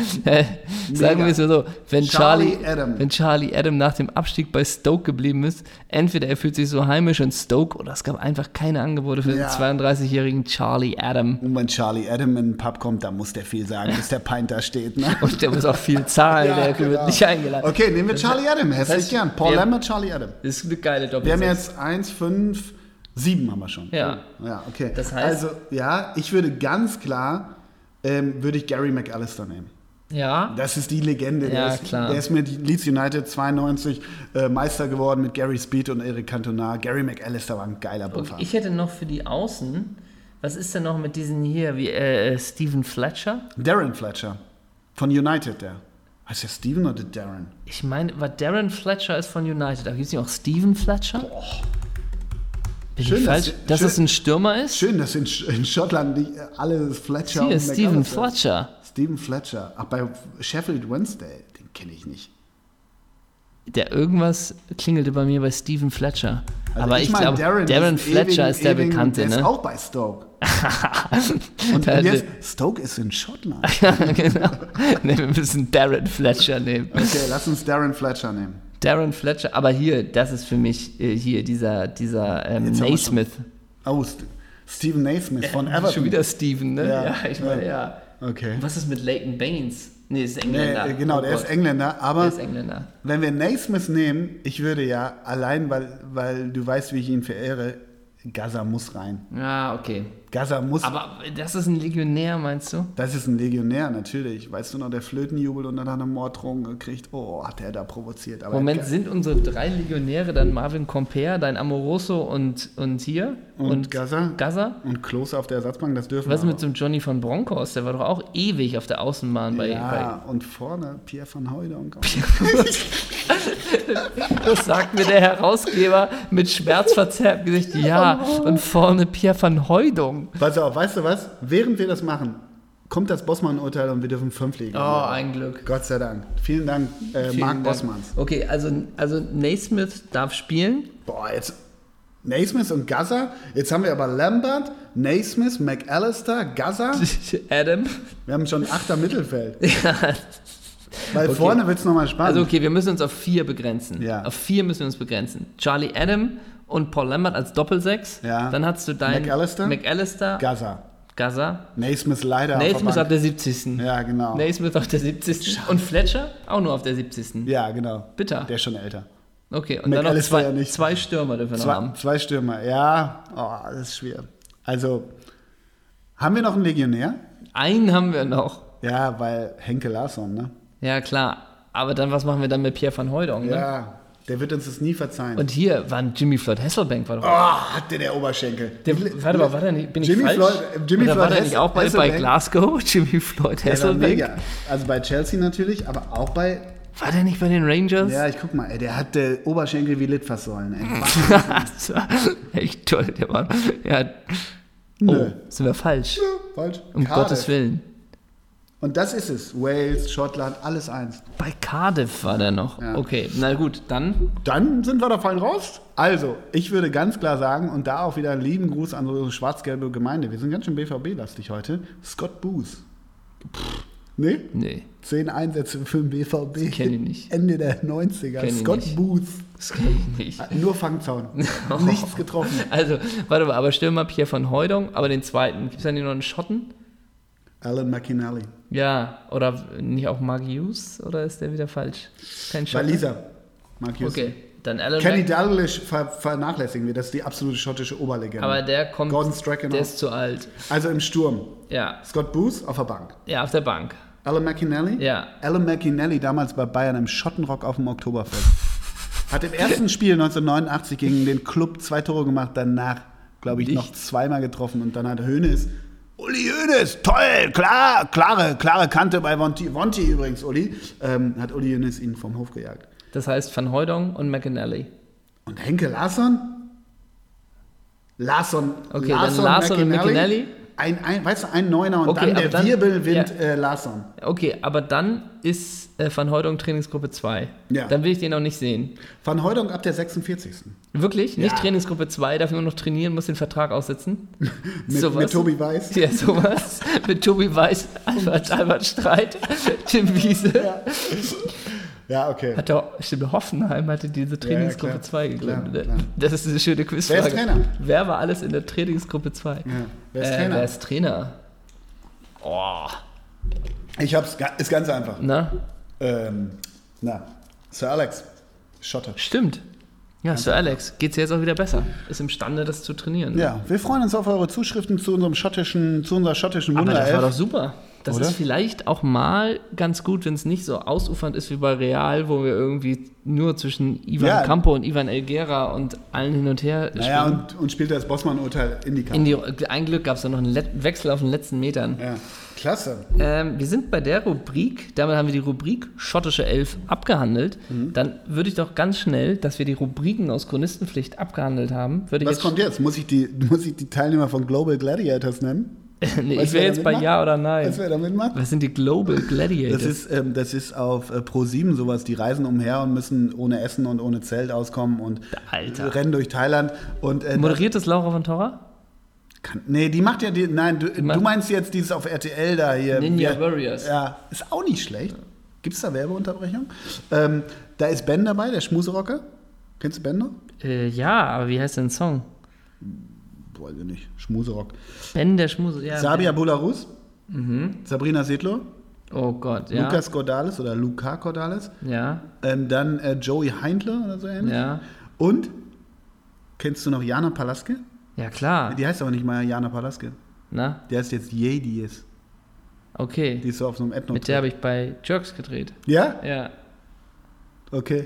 Sagen wir es mal so, wenn Charlie Charlie, Adam. wenn Charlie Adam nach dem Abstieg bei Stoke geblieben ist, entweder er fühlt sich so heimisch in Stoke oder es gab einfach keine Angebote für Ja. den zweiunddreißigjährigen Charlie Adam. Und wenn Charlie Adam in den Pub kommt, dann muss der viel sagen, bis der Pint da steht. Ne? Und der muss auch viel zahlen, Ja, der genau. wird nicht eingeladen. Okay, nehmen wir Charlie Adam. Herzlich heißt, gern. Paul wir- Lambert, Charlie Adam. Das ist eine geile Doppel. Wir haben jetzt eins, fünf, sieben haben wir schon. Ja. Ja, okay. Das heißt- also, ja, ich würde ganz klar, ähm, würde ich Gary McAllister nehmen. Ja. Das ist die Legende. Ja, der, ist, klar. der ist mit Leeds United zweiundneunzig äh, Meister geworden mit Gary Speed und Eric Cantona. Gary McAllister war ein geiler Buffer. Ich hätte noch für die Außen, was ist denn noch mit diesen hier, wie äh, Stephen Fletcher? Darren Fletcher von United, der. Heißt der Steven oder Darren? Ich meine, war Darren Fletcher ist von United, aber gibt es nicht auch Steven Fletcher? Boah. Bin Schön, ich dass- falsch? Dass schön- es ein Stürmer ist? Schön, dass in, Sch- in Schottland die, äh, alle Fletcher Hier, und Steven McAllister- Fletcher. Steven Fletcher. Ach, bei Sheffield Wednesday, den kenne ich nicht. Der irgendwas klingelte bei mir bei Steven Fletcher. Also aber ich, mein, glaube, Darren, diesen Fletcher ewigen- ist der ewigen- Bekannte, Der ist ne? auch bei Stoke. Und, Der- und jetzt, Stoke ist in Schottland. Ja, genau. Nee, wir müssen Darren Fletcher nehmen. Okay, lass uns Darren Fletcher nehmen. Darren Fletcher, aber hier, das ist für mich äh, hier dieser, dieser ähm, Jetzt haben wir Naismith. Oh, St Stephen Naismith von Everton. Schon wieder Steven, ne? Ja. Ja, ich meine, ja. Okay. Was ist mit Leighton Baines? Nee, ist Nee, Engländer. äh, genau, Oh der Gott. ist Engländer, aber Der ist Engländer. wenn wir Naismith nehmen, ich würde ja allein, weil, weil du weißt, wie ich ihn verehre, Gaza muss rein. Ja, okay. Gaza muss. Aber das ist ein Legionär, meinst du? Das ist ein Legionär, natürlich. Weißt du noch, der Flötenjubel und dann hat er eine Morddrohung gekriegt. Oh, hat der da provoziert. Aber Moment, sind unsere drei Legionäre dann Marvin Compare, dein Amoroso und, und hier? Und Gaza? Gaza? Und Klose auf der Ersatzbank, das dürfen Was ist wir mit so einem Johnny von Bronckhorst? Der war doch auch ewig auf der Außenbahn bei. Ja, und vorne Pierre van Hooijdonk. bei das sagt mir der Herausgeber mit schmerzverzerrtem Gesicht. Ja, und vorne Pierre van Hooijdonk. Pass auf, weißt du was? Während wir das machen, kommt das Bossmann-Urteil und wir dürfen fünf liegen. Oh, ein Glück. Gott sei Dank. Vielen Dank, äh, Vielen Marc Dank. Bossmanns. Okay, also, also Naismith darf spielen. Boah, jetzt Naismith und Gaza. Jetzt haben wir aber Lambert, Naismith, McAllister, Gaza. Adam. Wir haben schon ein achter Mittelfeld. Ja. Weil Okay. vorne wird es nochmal spannend. Also okay, wir müssen uns auf vier begrenzen. Ja. Auf vier müssen wir uns begrenzen. Charlie Adam und Paul Lambert als Doppelsechs. Ja. Dann hast du deinen McAllister. McAllister, Gaza. Gaza. Naismith leider auf Naismith der auf der siebzigsten Ja, genau. Naismith auf der siebzigsten Und Fletcher auch nur auf der siebzigsten Ja, genau. Bitter. Der ist schon älter. Okay, und dann noch McAllister zwei, ja nicht. zwei Stürmer dürfen wir noch Zwei, haben. zwei Stürmer, ja. Oh, das ist schwer. Also, haben wir noch einen Legionär? Einen haben wir noch. Ja, weil Henke Larsson, ne? Ja, klar. Aber dann, was machen wir dann mit Pierre van Hooijdonk, ne? Ja, der wird uns das nie verzeihen. Und hier war ein Jimmy Floyd Hasselbank, war doch. oh, hat der der Oberschenkel. Der, warte mal, war der nicht, bin ich Jimmy falsch? Floyd, Jimmy Oder war Floyd der nicht auch bei, bei Hasselbank? Glasgow? Jimmy Floyd Der war Hasselbank? mega. Also bei Chelsea natürlich, aber auch bei. War der nicht bei den Rangers? Ja, ich guck mal, ey, der hat der Oberschenkel wie Litfaßsäulen. Ey. Das war echt toll, der war. Ja. Oh, Nö. sind wir falsch? Falsch. Um Cardiff. Gottes Willen. Und das ist es. Wales, Schottland, alles eins. Bei Cardiff war der noch. Ja. Okay, na gut, dann. Dann sind wir da fein raus. Also, ich würde ganz klar sagen, und da auch wieder einen lieben Gruß an unsere schwarz-gelbe Gemeinde. Wir sind ganz schön B V B-lastig heute. Scott Booth. Pff, nee? Nee. Zehn Einsätze für den B V B. Das kenn ich nicht. Ende der neunziger. Kenn ich Scott nicht. Booth. Das kann ich nicht. Nur Fangzaun. Nichts getroffen. Also, warte mal, aber Stürmer Pierre van Hooijdonk, aber den zweiten. Gibt es da nicht noch einen Schotten? Alan McInally. Ja, oder nicht auch Mark Hughes? Oder ist der wieder falsch? Kein Schotten? Waliser. Mark Hughes. Okay, dann Alan Kenny Mac- Dalglish ver vernachlässigen wir. Das ist die absolute schottische Oberlegende. Aber der kommt, Gordon Strachan der auch. ist zu alt. Also im Sturm. Ja, Scott Booth auf der Bank. ja, auf der Bank. Alan McInally? Ja. Alan McInally damals bei Bayern im Schottenrock auf dem Oktoberfest. Hat im ersten Spiel neunzehnhundertneunundachtzig gegen den Club zwei Tore gemacht, danach, glaube ich, Nicht. noch zweimal getroffen. Und dann hat Hoeneß, Uli Hoeneß, toll, klar, klare, klare Kante bei Vonti, Vonti übrigens, Uli, ähm, hat Uli Hoeneß ihn vom Hof gejagt. Das heißt Van Hooijdonk und McInally. Und Henke Larsson? Larsson, Okay, dann Larsson und McInally. Ein, ein, weißt du, ein Neuner und Okay, dann aber der dann- Wirbelwind ja. äh, Larsson. Okay, aber dann ist äh, Van Hooijdonk Trainingsgruppe zwei. Ja. Dann will ich den auch nicht sehen. Van Hooijdonk ab der sechsundvierzigsten Wirklich? Nicht Ja. Trainingsgruppe zwei, darf nur noch trainieren, muss den Vertrag aussitzen? Mit, mit Tobi Weiß. Ja, sowas. Mit Tobi Weiß, Albert, Albert Streit, Tim Wiese. Ja. Ja, okay. Hat doch, stimmt, Hoffenheim hatte diese Trainingsgruppe klar. zwei gegründet. Klar, klar. Das ist eine schöne Quizfrage. Wer ist Trainer? Wer war alles in der Trainingsgruppe zwei? Ja. Wer ist äh, Trainer? Wer ist Trainer? Oh, Ich hab's, ga- ist ganz einfach. na, Ähm, na, Sir Alex, Schotte. stimmt. Ja, Sir Alex, geht's jetzt auch wieder besser. Ist imstande, das zu trainieren. Ja, wir freuen uns auf eure Zuschriften zu unserem schottischen, zu unserer schottischen Aber das war doch Wunderelf. super. Das Oder? ist vielleicht auch mal ganz gut, wenn es nicht so ausufernd ist wie bei Real, wo wir irgendwie nur zwischen Ivan Ja. Campo und Ivan Elguera und allen hin und her Naja, spielen. und, und spielt das Bossmann-Urteil in die Karte. In die, ein Glück gab es da noch einen Let Wechsel auf den letzten Metern. Ja, klasse. Ähm, wir sind bei der Rubrik, damit haben wir die Rubrik Schottische Elf abgehandelt. Mhm. Dann würde ich doch ganz schnell, dass wir die Rubriken aus Chronistenpflicht abgehandelt haben, würde ich Was jetzt, kommt jetzt? Muss ich, die, muss ich die Teilnehmer von Global Gladiators nennen? nee, Weißt ich du, wäre wer jetzt da bei mitmacht? Ja oder Nein. Was wer da mitmacht? Was sind die Global Gladiators? Das ist, ähm, das ist auf äh, Pro sieben sowas, die reisen umher und müssen ohne Essen und ohne Zelt auskommen und Alter. rennen durch Thailand. Und, äh, Moderiert das Laura von Torra? Kann, nee, die macht ja die. Nein, du, macht- du meinst jetzt dieses auf R T L da hier. Ninja Wer- Warriors. Ja, ist auch nicht schlecht. Gibt es da Werbeunterbrechung? Ähm, da ist Ben dabei, der Schmuserocker. Kennst du Ben noch? Äh, ja, aber wie heißt denn der Song? Weiß ich nicht. Schmuserock. Ben der Schmuse. Ja, Sabia Bularus. Mhm. Sabrina Sedlo. Oh Gott, ja. Lukas Cordales oder Luca Cordales. Ja, Ähm, dann äh, Joey Heindler oder so ähnlich. ja. Und kennst du noch Jana Palaske? Ja, klar. Die heißt aber nicht mal Jana Palaske. Na, Die heißt jetzt Yedies. okay. Die ist so auf so einem Ethno. Mit der habe ich bei Jerks gedreht. Ja? Ja. Okay.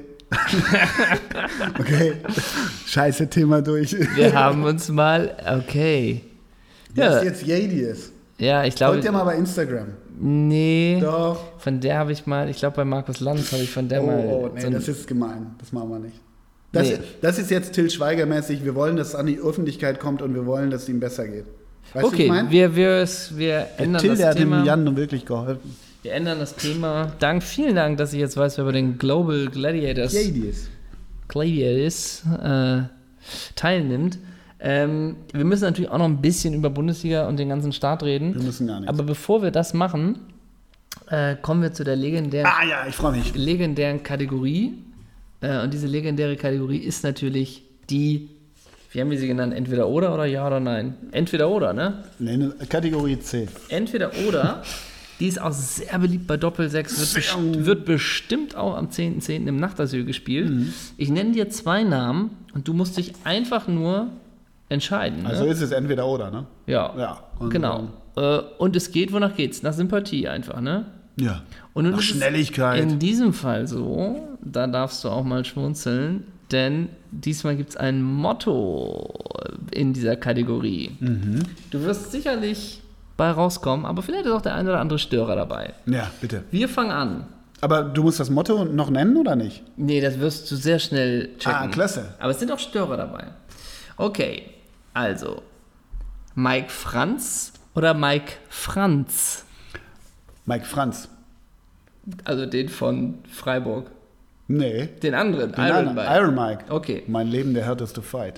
Okay. Scheiße, Thema durch. Wir haben uns mal, okay. Die Ja, ist jetzt Yedies. ja ich glaube, Folgt ihr mal bei Instagram. nee, Doch. von der habe ich mal, ich glaube bei Markus Lanz habe ich von der Oh, mal oh, nee, so ein- das ist gemein. Das machen wir nicht. Das, Nee. das ist jetzt Till Schweiger-mäßig. Wir wollen, dass es an die Öffentlichkeit kommt und wir wollen, dass es ihm besser geht. Weißt du, was Okay, ich meine? wir, wir, es- wir ändern Till, das der hat dem Thema. Jan nun wirklich geholfen. Wir ändern das Thema. Dank, vielen Dank, dass ich jetzt weiß, wer bei den Global Gladiators, Yedies. Gladiators äh, teilnimmt. Ähm, wir müssen natürlich auch noch ein bisschen über Bundesliga und den ganzen Start reden. Wir müssen gar nichts. Aber bevor wir das machen, äh, kommen wir zu der legendären, Ah ja, ich freue mich. legendären Kategorie. Äh, und diese legendäre Kategorie ist natürlich die, wie haben wir sie genannt? Entweder oder oder ja oder nein? Entweder oder, ne? Nee, ne, Kategorie C. Entweder oder. Die ist auch sehr beliebt bei Doppelsechs, wird, best wird bestimmt auch am zehnten zehnten im Nachtasyl gespielt. Mhm. Ich nenne dir zwei Namen und du musst dich einfach nur entscheiden. Ne? Also ist es entweder oder, ne? ja, Ja. Und, genau. Äh, und es geht, wonach geht's? Nach Sympathie einfach, ne? Ja. Und nun Nach ist es Schnelligkeit. in diesem Fall so, da darfst du auch mal schmunzeln, denn diesmal gibt es ein Motto in dieser Kategorie. Mhm. Du wirst sicherlich bei rauskommen, aber vielleicht ist auch der ein oder andere Störer dabei. Ja, bitte. Wir fangen an. Aber du musst das Motto noch nennen oder nicht? Nee, das wirst du sehr schnell checken. Ah, klasse. Aber es sind auch Störer dabei. Okay, also Mike Franz oder Mike Franz? Mike Franz. Also den von Freiburg. Nee. Den anderen, Den Iron anderen, Mike. Iron Mike. Okay. Mein Leben, der härteste Fight.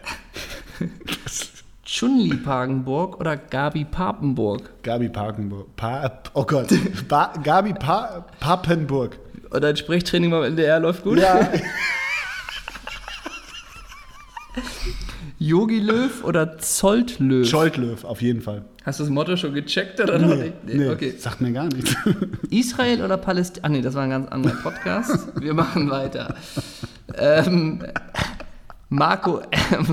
Chun-Li Pagenburg oder Gabi Papenburg? Gabi Papenburg. Pa oh Gott. Ba Gabi pa Papenburg. Und dein Sprechtraining beim N D R läuft gut? Ja. Jogi Löw oder Zolt Löw? Scholt Löw, auf jeden Fall. Hast du das Motto schon gecheckt oder noch Nee, nicht? nee, Okay. sagt mir gar nichts. Israel oder Palästina? Ach nee, das war ein ganz anderer Podcast. Wir machen weiter. Ähm, Marco, ähm,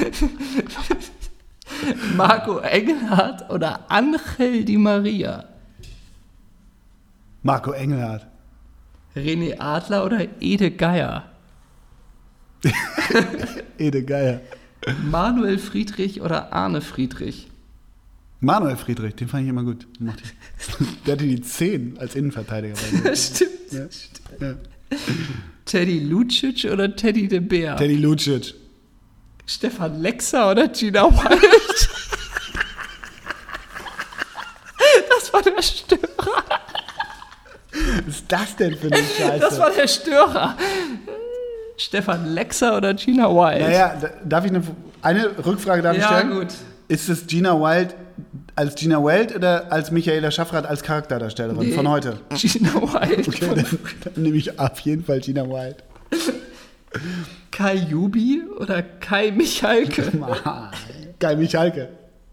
Marco Engelhardt oder Angel Di Maria? Marco Engelhardt. René Adler oder Ede Geier? Ede Geier. Manuel Friedrich oder Arne Friedrich? Manuel Friedrich, den fand ich immer gut. Den mochte ich. Der hatte die zehn als Innenverteidiger. Stimmt. Ja. Ja. Teddy Lucic oder Teddy de Beer? Teddy Lucic. Stefan Lexer oder Gina Wild? Das war der Störer. Was ist das denn für eine Scheiße? Das war der Störer. Stefan Lexer oder Gina Wild? Naja, da- darf ich eine, eine Rückfrage darf ich Ja, stellen? gut. Ist es Gina Wild als Gina Wild oder als Michaela Schaffrath als Charakterdarstellerin Nee. von heute? Gina Wild. Okay, dann, dann nehme ich auf jeden Fall Gina Wild. Kai Jubi oder Kai Michalke? Geil, Michalke.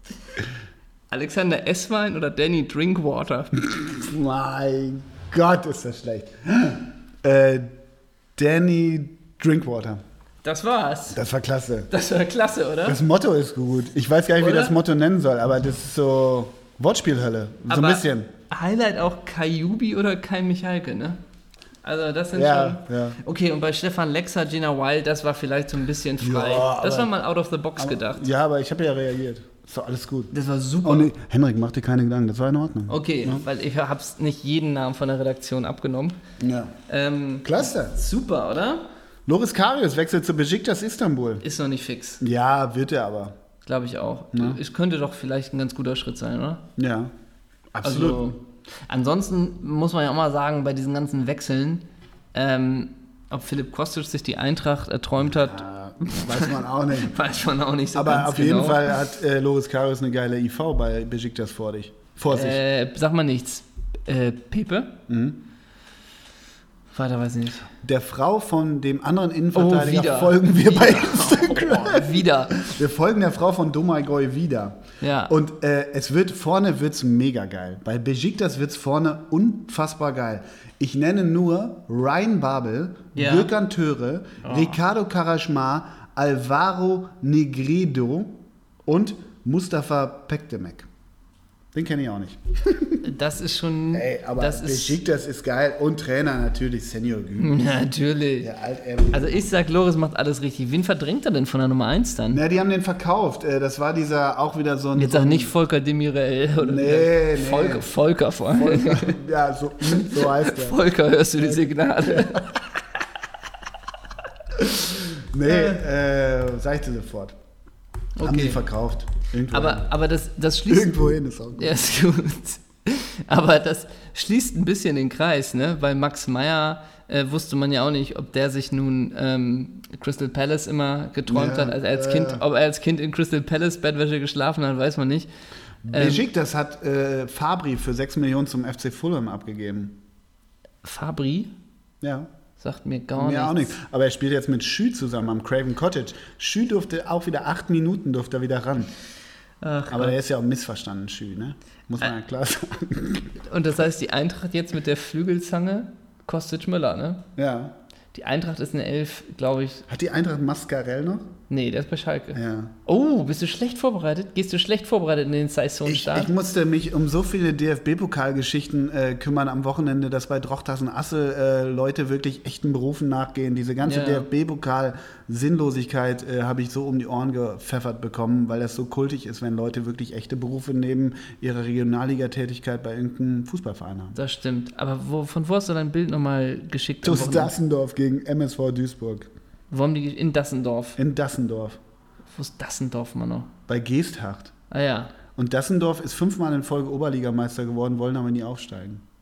Alexander Esswein oder Danny Drinkwater? Mein Gott, ist das schlecht. Äh, Danny Drinkwater. Das war's. Das war klasse. Das war klasse, oder? Das Motto ist gut. Ich weiß gar nicht, wie Oder? das Motto nennen soll, aber das ist so Wortspielhölle. So Aber ein bisschen. Highlight auch Kai Jubi oder Kai Michalke, ne? Also das sind Ja, schon... ja. Okay, und bei Stefan Lexer, Gina Wild, das war vielleicht so ein bisschen frei. Ja, das aber- war mal out of the box gedacht. Ja, aber ich habe ja reagiert. Ist doch alles gut. Das war super. Oh nee, Henrik, mach dir keine Gedanken, das war in Ordnung. Okay, weil ich hab's nicht jeden Namen von der Redaktion abgenommen. Ja. Ähm, Klasse. super, oder? Loris Karius wechselt zu Besiktas Istanbul. Ist noch nicht fix. Ja, wird er aber. Glaube ich auch. Ja. Es könnte doch vielleicht ein ganz guter Schritt sein, oder? Ja, absolut. Also, ansonsten muss man ja auch mal sagen, bei diesen ganzen Wechseln, ähm, ob Philipp Kostic sich die Eintracht erträumt hat, Ja, weiß man auch nicht. weiß man auch nicht so Aber ganz auf genau. jeden Fall hat äh, Loris Karius eine geile I V bei Besiktas vor, dich, vor sich. Äh, sag mal nichts. Äh, Pepe? Mhm. Weiter weiß ich nicht. Der Frau von dem anderen Innenverteidiger Oh, wieder. folgen wir bei Wieder. Instagram. Oh, wieder. Wir folgen der Frau von Domagoj wieder. Ja. Und äh, es wird vorne wird's mega geil. Bei Besiktas wird's vorne unfassbar geil. Ich nenne nur Ryan Babel, Ja. Gökhan Töre, Ricardo Karasmar, Alvaro Negredo und Mustafa Pekdemek. Den kenne ich auch nicht. Das ist schon. Ey, aber das ist, Besiktas ist geil. Und Trainer natürlich Senior Gü. natürlich. Der Altehrwürdige. Also ich sag, Loris macht alles richtig. Wen verdrängt er denn von der Nummer eins dann? Na, die haben den verkauft. Äh, Das war dieser auch wieder so ein. Jetzt so sag ein- nicht Volker Demirel oder Nee, nee. Volker, Volker vor allem. Volker, ja, so, so heißt der. Volker, hörst du die Signale? Nee, äh, sag ich dir sofort. Haben Okay. sie verkauft. Irgendwo Aber, aber das, das schließt. Irgendwo hin ist auch gut. Ja, ist gut. Aber das schließt ein bisschen den Kreis, ne? Weil Max Meyer äh, wusste man ja auch nicht, ob der sich nun ähm, Crystal Palace immer geträumt Ja, hat, als, als ja, Kind, ja. ob er als Kind in Crystal Palace Bettwäsche geschlafen hat, weiß man nicht. Ähm, Besiktas hat äh, Fabri für sechs Millionen zum F C Fulham abgegeben. Fabri Ja, sagt mir gar mir auch nichts. nicht. Aber er spielt jetzt mit Schü zusammen am Craven Cottage. Schü durfte auch wieder acht Minuten durfte er wieder ran. Ach, Aber der ist ja auch missverstanden, Schü, ne? Muss man ja klar sagen. und das heißt, die Eintracht jetzt mit der Flügelzange Kostic Müller, ne? Ja. Die Eintracht ist eine Elf, glaube ich. Hat die Eintracht Mascarell noch? Nee, der ist bei Schalke. Ja. Oh, bist du schlecht vorbereitet? Gehst du schlecht vorbereitet in den Ich, Saisonstart? ich musste mich um so viele D F B-Pokalgeschichten äh, kümmern am Wochenende, dass bei Drochtersen Assel äh, Leute wirklich echten Berufen nachgehen. Diese ganze Ja. D F B-Pokal-Sinnlosigkeit äh, habe ich so um die Ohren gepfeffert bekommen, weil das so kultig ist, wenn Leute wirklich echte Berufe neben ihrer Regionalliga-Tätigkeit bei irgendeinem Fußballverein haben. Das stimmt. Aber wo, von wo hast du dein Bild nochmal geschickt? am TuS Wochenende? Dassendorf gegen M S V Duisburg. Wo haben die ge- in Dassendorf? In Dassendorf. Wo ist Dassendorf, Mano? Bei Geesthacht. Ah ja. Und Dassendorf ist fünfmal in Folge Oberligameister geworden, wollen aber nie aufsteigen.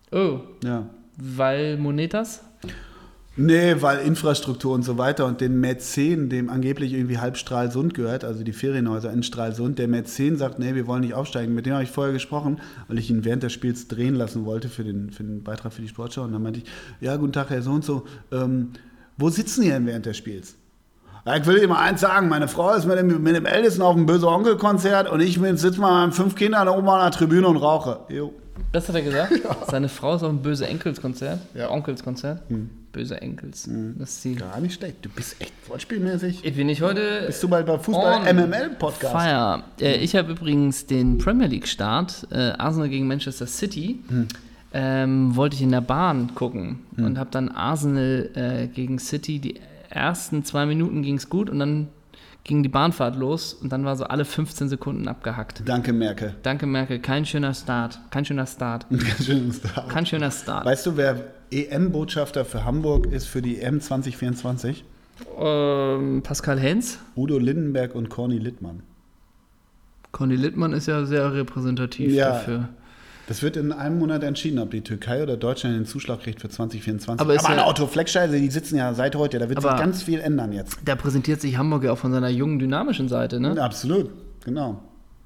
Oh, Ja. weil Monetas? Nee, weil Infrastruktur und so weiter und den Mäzen, dem angeblich irgendwie halb Stralsund gehört, also die Ferienhäuser in Stralsund, der Mäzen sagt, nee, wir wollen nicht aufsteigen. Mit dem habe ich vorher gesprochen, weil ich ihn während des Spiels drehen lassen wollte für den, für den Beitrag für die Sportschau. Und dann meinte ich, ja, guten Tag, Herr so und so, ähm, wo sitzen Sie denn während des Spiels? Ja, ich will dir mal eins sagen, meine Frau ist mit dem, mit dem Ältesten auf dem Böse-Onkel-Konzert und ich sitze mal mit fünf Kindern da oben an der Tribüne und rauche. Jo. Das hat er gesagt? Ja. Seine Frau ist auf einem böse Enkels-Konzert. Ja. Onkels-Konzert. Hm. Böse Enkels. Hm. Das ist die. Gar nicht schlecht. Du bist echt wortspielmäßig. Ich bin nicht heute. Bist du bald bei Fußball-M M L-Podcast? Feier. Äh, ich habe übrigens den Premier League-Start, äh, Arsenal gegen Manchester City, hm. ähm, wollte ich in der Bahn gucken hm. und habe dann Arsenal äh, gegen City, die ersten zwei Minuten ging es gut und dann ging die Bahnfahrt los und dann war so alle fünfzehn Sekunden abgehackt. Danke, Merkel. Danke, Merkel. Kein schöner Start. Kein schöner Start. Kein schöner Start. Kein schöner Start. Weißt du, wer E M-Botschafter für Hamburg ist für die E M zwanzig vierundzwanzig? Ähm, Pascal Hens. Udo Lindenberg und Corny Littmann. Corny Littmann ist ja sehr repräsentativ ja, dafür. Das wird in einem Monat entschieden, ob die Türkei oder Deutschland den Zuschlag kriegt für zwanzig vierundzwanzig. Aber, aber ja, an Otto Fleckscheiße, die sitzen ja seit heute, da wird sich ganz viel ändern jetzt. Da präsentiert sich Hamburg ja auch von seiner jungen, dynamischen Seite, ne? Absolut, genau.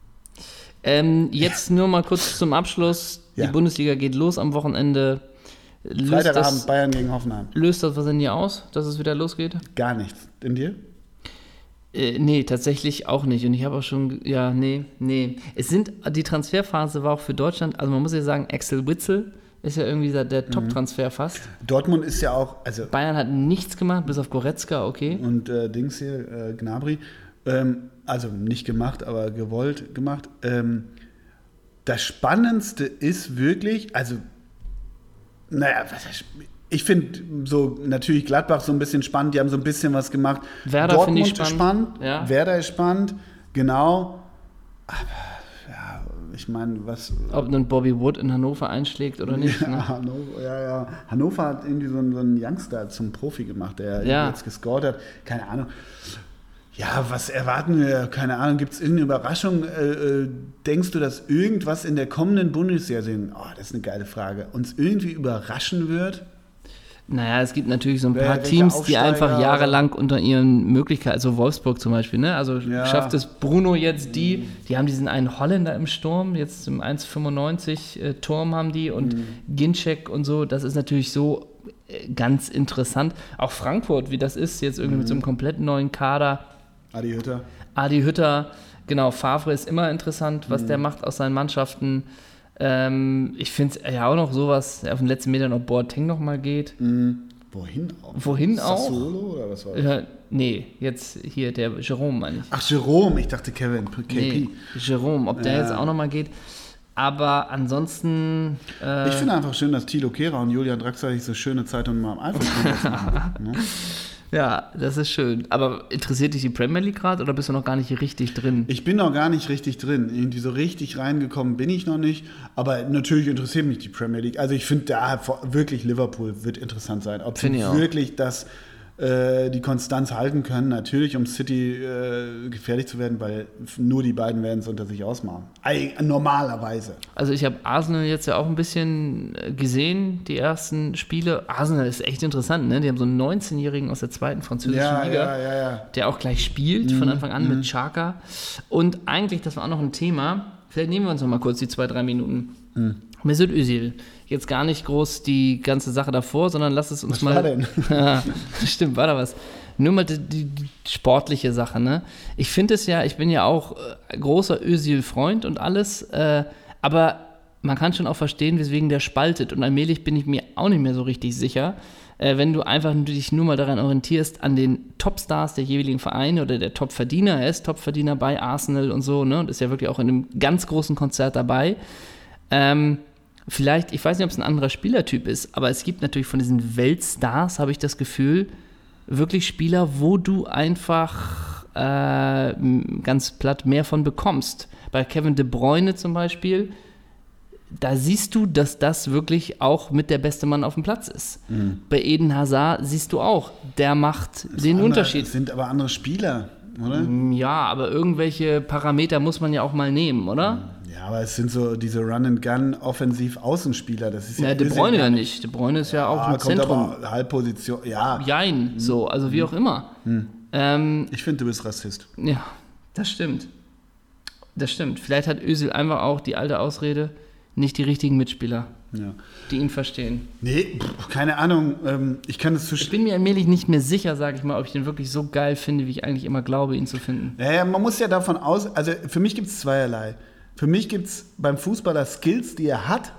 Ähm, jetzt nur mal kurz zum Abschluss. Ja. Die Bundesliga geht los am Wochenende. Freitagabend Bayern gegen Hoffenheim. Löst das was in dir aus, dass es wieder losgeht? Gar nichts. In dir? Äh, nee, tatsächlich auch nicht. Und ich habe auch schon, ja, nee, nee. Es sind, die Transferphase war auch für Deutschland, also man muss ja sagen, Axel Witsel ist ja irgendwie der, der Top-Transfer fast. Dortmund ist ja auch, also... Bayern hat nichts gemacht, bis auf Goretzka, okay. Und äh, Dings hier, äh, Gnabry, ähm, also nicht gemacht, aber gewollt gemacht. Ähm, das Spannendste ist wirklich, also, naja, was heißt, ich finde so natürlich Gladbach so ein bisschen spannend, die haben so ein bisschen was gemacht. Werder Dortmund finde ich spannend. ist spannend, Ja. Werder ist spannend, genau. Aber ja, ich meine, was... Ob ein Bobby Wood in Hannover einschlägt oder nicht. Ja, Ne? Hannover, ja, ja. Hannover hat irgendwie so einen, so einen Youngster zum Profi gemacht, der Ja. jetzt gescored hat. Keine Ahnung. Ja, was erwarten wir? Keine Ahnung, gibt es irgendeine Überraschung? Äh, äh, denkst du, dass irgendwas in der kommenden Bundesliga-Saison, oh, das ist eine geile Frage, uns irgendwie überraschen wird? Naja, es gibt natürlich so ein Wer- paar welcher Teams, die Aufsteiger einfach oder- jahrelang unter ihren Möglichkeiten, also Wolfsburg zum Beispiel, ne? Also Ja. schafft es Bruno jetzt die, die haben diesen einen Holländer im Sturm, jetzt im eins Komma fünfundneunzig äh, Turm haben die und Mhm. Ginczek und so, das ist natürlich so äh, ganz interessant. Auch Frankfurt, wie das ist, jetzt irgendwie mit so einem komplett neuen Kader. Adi Hütter. Adi Hütter, genau, Favre ist immer interessant, was Mhm. der macht aus seinen Mannschaften. Ähm, ich finde es ja auch noch sowas, auf den letzten Metern, ob Boateng noch mal geht. Mhm. Wohin auch? Wohin auch? Sassuolo oder was war das? Ja, nee, jetzt hier der Jerome, meine ich. Ach, Jerome, ich dachte Kevin, K P. Nee, Jerome, ob der Ja. jetzt auch nochmal geht. Aber ansonsten. Äh, Ich finde einfach schön, dass Thilo Kehrer und Julian Draxler sich so schöne Zeit und mal am Eiffelturm machen. Ne? ja, das ist schön. Aber interessiert dich die Premier League gerade oder bist du noch gar nicht richtig drin? Ich bin noch gar nicht richtig drin. Irgendwie so richtig reingekommen bin ich noch nicht. Aber natürlich interessiert mich die Premier League. Also ich finde da wirklich Liverpool wird interessant sein. Ob sie Finde ich auch. wirklich das, äh, die Konstanz halten können. Natürlich, um City äh, gefährlich zu werden, weil nur die beiden werden es unter sich ausmachen. Eig- Normalerweise. Also ich habe Arsenal jetzt ja auch ein bisschen äh, gesehen, die ersten Spiele. Arsenal ist echt interessant, ne? Die haben so einen neunzehnjährigen aus der zweiten französischen Ja, Liga. ja, ja, ja. Der auch gleich spielt, von Anfang an mit Xhaka. Und eigentlich, das war auch noch ein Thema, vielleicht nehmen wir uns noch mal kurz die zwei, drei Minuten. Mhm. Mesut Özil, jetzt gar nicht groß die ganze Sache davor, sondern lass es uns Was mal... war denn? Ja, stimmt, war da was. Nur mal die, die, die sportliche Sache, ne? Ich finde es ja, ich bin ja auch äh, großer Özil-Freund und alles, äh, aber man kann schon auch verstehen, weswegen der spaltet. Und allmählich bin ich mir auch nicht mehr so richtig sicher, äh, wenn du einfach dich nur mal daran orientierst, an den Topstars der jeweiligen Vereine oder der Topverdiener. Er ist Topverdiener bei Arsenal und so, ne? Und ist ja wirklich auch in einem ganz großen Konzert dabei. Ähm, vielleicht, ich weiß nicht, ob es ein anderer Spielertyp ist, aber es gibt natürlich von diesen Weltstars, habe ich das Gefühl, wirklich Spieler, wo du einfach äh, ganz platt mehr von bekommst. Bei Kevin De Bruyne zum Beispiel, da siehst du, dass das wirklich auch mit der beste Mann auf dem Platz ist. Mhm. Bei Eden Hazard siehst du auch, der macht Das den andere, Unterschied. Das sind aber andere Spieler, oder? Ja, aber irgendwelche Parameter muss man ja auch mal nehmen, oder? Ja, Ja, aber es sind so diese Run-and-Gun-Offensiv-Außenspieler. Das ist ja, Ja, De Bruyne ja nicht. De Bruyne ist ja, ja auch im kommt Zentrum. Aber Halbposition, ja. Jein, so, also wie auch immer. Hm. Ähm, ich finde, du bist Rassist. Ja, das stimmt. Das stimmt. Vielleicht hat Özil einfach auch die alte Ausrede, nicht die richtigen Mitspieler, ja. die ihn verstehen. Nee, pff, keine Ahnung. Ähm, ich kann es zu Ich bin mir allmählich nicht mehr sicher, sage ich mal, ob ich den wirklich so geil finde, wie ich eigentlich immer glaube, ihn zu finden. Naja, man muss ja davon aus, also für mich gibt es zweierlei. Für mich gibt es beim Fußballer Skills, die er hat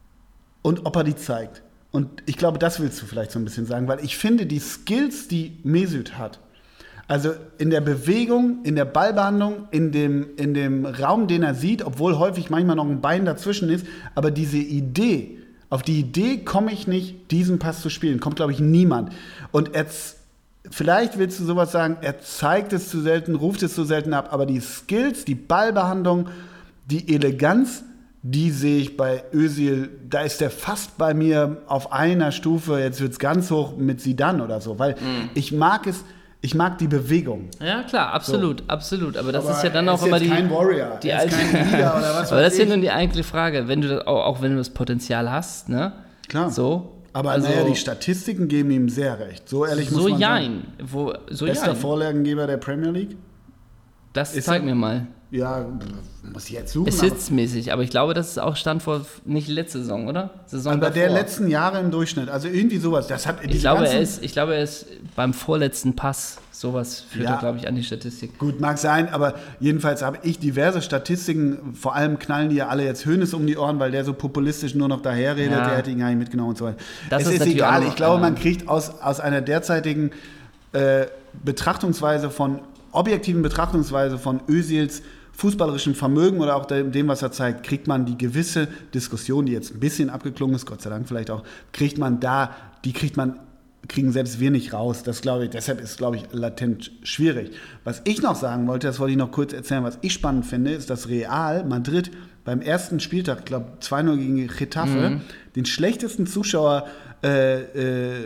und ob er die zeigt. Und ich glaube, das willst du vielleicht so ein bisschen sagen, weil ich finde, die Skills, die Mesut hat, also in der Bewegung, in der Ballbehandlung, in dem, in dem Raum, den er sieht, obwohl häufig manchmal noch ein Bein dazwischen ist, aber diese Idee, auf die Idee komme ich nicht, diesen Pass zu spielen, kommt, glaube ich, niemand. Und er, vielleicht willst du sowas sagen, er zeigt es zu selten, ruft es zu selten ab, aber die Skills, die Ballbehandlung, die Eleganz, die sehe ich bei Özil, da ist er fast bei mir auf einer Stufe, jetzt wird es ganz hoch mit Zidane oder so, weil mm. ich mag es, Ich mag die Bewegung. Ja, klar, absolut, so. absolut. Aber das aber ist ja dann auch ist immer jetzt die. kein Warrior, die er ist kein Leader oder was. Aber das ist ja ich. nun die eigentliche Frage, wenn du das, auch, auch wenn du das Potenzial hast, ne? Klar. So. Aber also, naja, die Statistiken geben ihm sehr recht. So ehrlich muss so man jein. sagen. Wo, so Bester jein. Vorlagengeber der Premier League? Das ist zeig er? mir mal. Ja, muss ich jetzt suchen. Assists-mäßig, aber ich glaube, das ist auch Stand vor, nicht letzte Saison, oder? Saison aber davor. der letzten Jahre im Durchschnitt, also irgendwie sowas. Das hat ich, glaube, er ist, ich glaube, er ist beim vorletzten Pass, sowas führt ja. er, glaube ich, an die Statistik. Gut, mag sein, aber jedenfalls habe ich diverse Statistiken, vor allem knallen die ja alle jetzt Hoeneß um die Ohren, weil der so populistisch nur noch daherredet, Ja. der hätte ihn gar nicht mitgenommen und so weiter. Das es ist ist, natürlich egal, auch noch, ich glaube, äh, man kriegt aus, aus einer derzeitigen äh, Betrachtungsweise von, objektiven Betrachtungsweise von Özils fußballerischen Vermögen oder auch dem, was er zeigt, kriegt man die gewisse Diskussion, die jetzt ein bisschen abgeklungen ist, Gott sei Dank vielleicht auch, kriegt man da, die kriegt man, kriegen selbst wir nicht raus. Das glaube ich, deshalb ist, glaube ich, latent schwierig. Was ich noch sagen wollte, das wollte ich noch kurz erzählen, was ich spannend finde, ist, dass Real Madrid beim ersten Spieltag, ich glaube zwei null gegen Getafe, mhm. den schlechtesten Zuschauer äh, äh,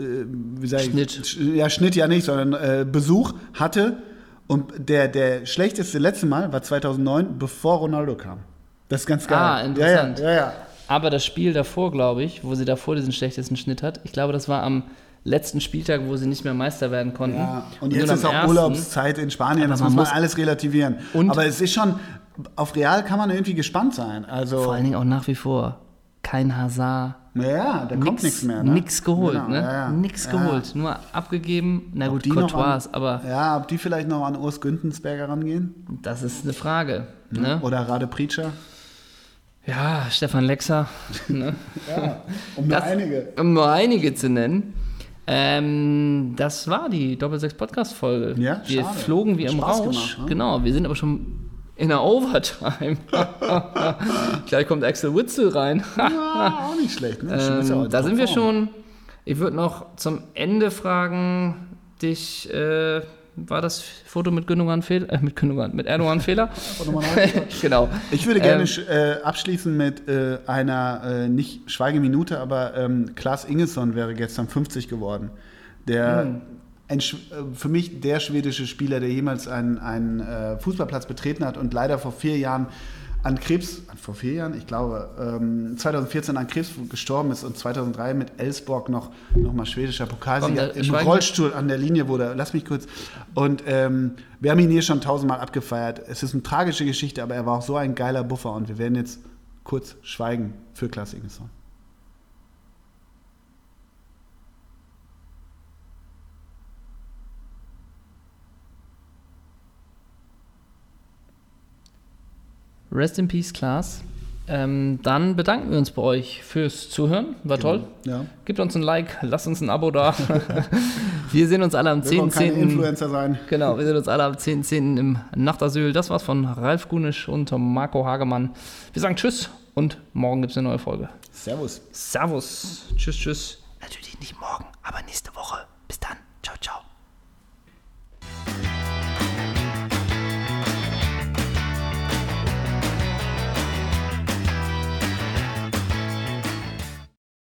wie sag ich, Schnitt. Sch- ja, Schnitt ja nicht, sondern äh, Besuch hatte. Und der, der schlechteste letzte Mal war zweitausendneun, bevor Ronaldo kam. Das ist ganz geil. Ah, interessant. Ja, ja, ja, ja. Aber das Spiel davor, glaube ich, wo sie davor diesen schlechtesten Schnitt hat, ich glaube, das war am letzten Spieltag, wo sie nicht mehr Meister werden konnten. Ja, und, und jetzt ist auch ersten, Urlaubszeit in Spanien, das muss man alles relativieren. Und aber es ist schon, auf Real kann man irgendwie gespannt sein. Also, vor allen Dingen auch nach wie vor kein Hazard. Ja, da kommt nichts mehr. Ne? Nix geholt, genau, ne? Ja, ja. Nix ja. geholt, nur abgegeben. Na gut, Courtois, an, aber... Ja, ob die vielleicht noch an Urs Güntensberger rangehen? Das ist eine Frage. Ja. Ne? Oder Rade Pritscher? Ja, Stefan Lexer. Ne? Ja, um nur das, einige. Um nur einige zu nennen. Ähm, das war die Doppelsechs Podcast Folge. Ja, wir schade. flogen wie Hat im Spaß Rausch. gemacht, ne? Genau, wir sind aber schon in der Overtime. Gleich kommt Axel Witzel rein. Ja, auch nicht schlecht. Ne? ähm, da sind wir schon. Ich würde noch zum Ende fragen, dich, äh, war das Foto mit Gündogan Fehler? Äh, mit Gündogan, mit Erdogan Fehler? Genau. Ich würde gerne ähm, äh, abschließen mit äh, einer, äh, nicht Schweigeminute, aber ähm, Klaas Ingesson wäre gestern fünfzig geworden. Der hm. ein, für mich der schwedische Spieler, der jemals einen, einen äh, Fußballplatz betreten hat und leider vor vier Jahren an Krebs, vor vier Jahren, ich glaube, ähm, zweitausendvierzehn an Krebs gestorben ist und zweitausenddrei mit Elfsborg noch, noch mal schwedischer Pokalsieger im Rollstuhl an der Linie wurde. Lass mich kurz. Und ähm, wir haben ihn hier schon tausendmal abgefeiert. Es ist eine tragische Geschichte, aber er war auch so ein geiler Buffer und wir werden jetzt kurz schweigen für Klaas Ingesson. Rest in Peace, Klaas. Ähm, dann bedanken wir uns bei euch fürs Zuhören. War toll. Ja. Gebt uns ein Like, lasst uns ein Abo da. Wir sehen uns alle am zehnten zehnten keine Influencer sein. Genau, wir sehen uns alle am zehnten zehnten im Nachtasyl. Das war's von Ralf Gunisch und Marco Hagemann. Wir sagen Tschüss und morgen gibt's eine neue Folge. Servus. Servus. Tschüss, tschüss. Natürlich nicht morgen, aber nächste Woche. Bis dann. Ciao, ciao.